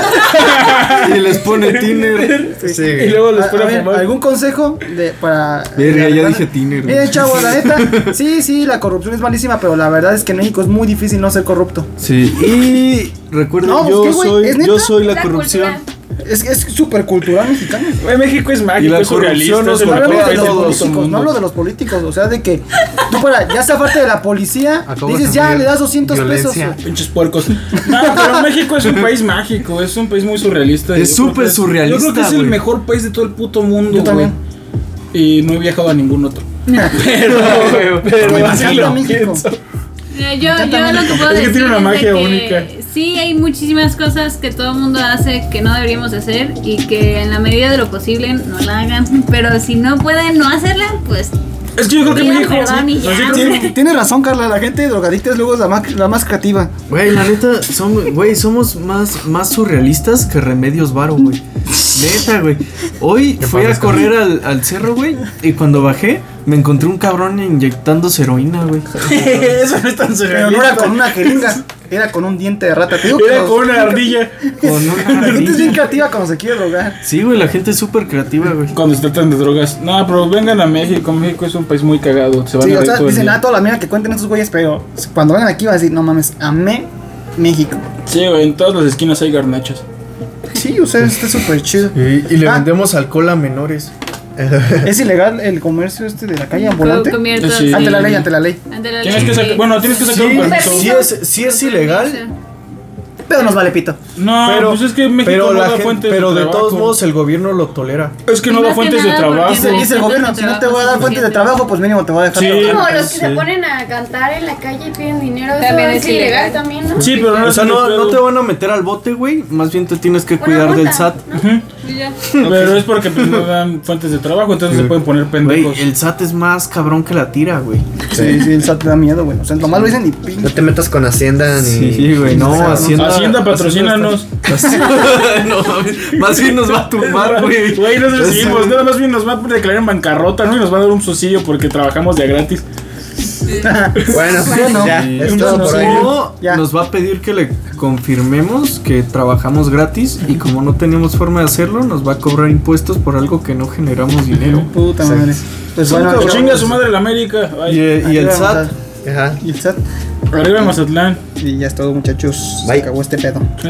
Y les pone tiner. Sí, Y güey. luego les A- pone a a ver, fumar. ¿algún consejo de, para... Verga, de- ya dije tiner, güey. Miren, chavo, la neta, sí, sí, la corrupción es malísima, pero la verdad es que en México es muy difícil no ser corrupto. Sí, y recuerden, No, pues, yo ¿qué, güey? soy ¿Es neta? yo soy la La corrupción. cultura. Es es súper cultural mexicano. Güey, México es Y mágico, la es surrealista. corrupción Es el nos No mejor hablo de país los del puto políticos, no mundo. hablo de los políticos, o sea, de que tú para, ya sea parte de la policía, Acabo de dices ya sufrir le das doscientos pesos. violencia. Pinches puercos. No, pero México es un país mágico, es un país muy surrealista. Es Yo creo súper que surrealista, Yo creo que es el güey. mejor país de todo el puto mundo, Yo también. güey. Y no he viajado a ningún otro. Pero, pero Me así encanta lo México. pienso. Mira, yo, encanta yo lo que México. puedo Es que decir tiene una es de magia que única. sí hay muchísimas cosas que todo el mundo hace que no deberíamos hacer y que en la medida de lo posible no la hagan, pero si no pueden no hacerla, pues Es que yo creo que pidan México. perdón y ya. Tienes tiene razón, Carla, la gente drogadicta es luego la más, la más creativa. Güey, la neta, son, güey, somos más, más surrealistas que Remedios Varo, güey. Neta, güey. Hoy fui a correr al, al cerro, güey, y cuando bajé, me encontré un cabrón inyectándose heroína, güey. Eso no es tan Pero no era con surrealista. una jeringa, era con un diente de rata. Te digo que Era los- con una ardilla. Con una la gente es bien ardilla. creativa cuando se quiere drogar. Sí, güey, la gente es súper creativa, güey. Cuando se tratan de drogas. No, pero vengan a México. México es un país muy cagado. Se van Sí, a o reír sea, todo el dicen, día. ah, toda la mierda que cuenten estos güeyes, pero cuando vengan aquí va a decir, no mames, amé México. Sí, güey, en todas las esquinas hay garnachas. Sí, o sea, está súper chido. Y, y le Ah. vendemos alcohol a menores. ¿Es ilegal el comercio este de la calle ambulante? Co- convierto- Sí. Ante la ley, ante la ley. Ante la Tienes ley. que sacar. Bueno, tienes que sacar un permiso. Sí es, sí es ilegal, Pero nos vale pito. No, pero, pues es que México pero, no la da gente- fuentes pero de trabajo. todos modos el gobierno lo tolera. Es que no Y da más que fuentes de nada porque trabajo. Dice, dice el gobierno, si no te voy a dar fuente de trabajo, pues mínimo te voy a dejar Sí. trabajar. Como los que Sí. se ponen a cantar en la calle y piden dinero, eso También es es ilegal ilegal. también, ¿no? Sí, pero no O sea, es un no, pedo. no te van a meter al bote, güey. Más bien te tienes que Una cuidar del multa, S A T. ¿no? Y ya. Pero es porque pues, no dan fuentes de trabajo, entonces se pueden poner pendejos. Güey, el S A T es más cabrón que la tira, güey. Sí, sí, el S A T te da miedo, güey. O sea, nomás lo dicen y ping. No te metas con Hacienda ni. Sí, güey, no, O sea, Hacienda. Hacienda, patrocínanos. no, mames, más bien nos va a tumbar, güey. Güey, nos recibimos. Nada más bien nos va a declarar en bancarrota, ¿no? Y nos va a dar un subsidio porque trabajamos de a gratis. Bueno, Bueno, ya, Sí. es todo por hoy. O Ya. nos va a pedir que le confirmemos que trabajamos gratis y como no tenemos forma de hacerlo, nos va a cobrar impuestos por algo que no generamos dinero. Puta madre. Pues bueno, Pues yo- chinga su madre la América. Y, Ay, y el Arriba S A T. Mazatlán. Ajá. Y el S A T. arriba Mazatlán. Y ya es todo, muchachos. Bye. Se acabó este pedo.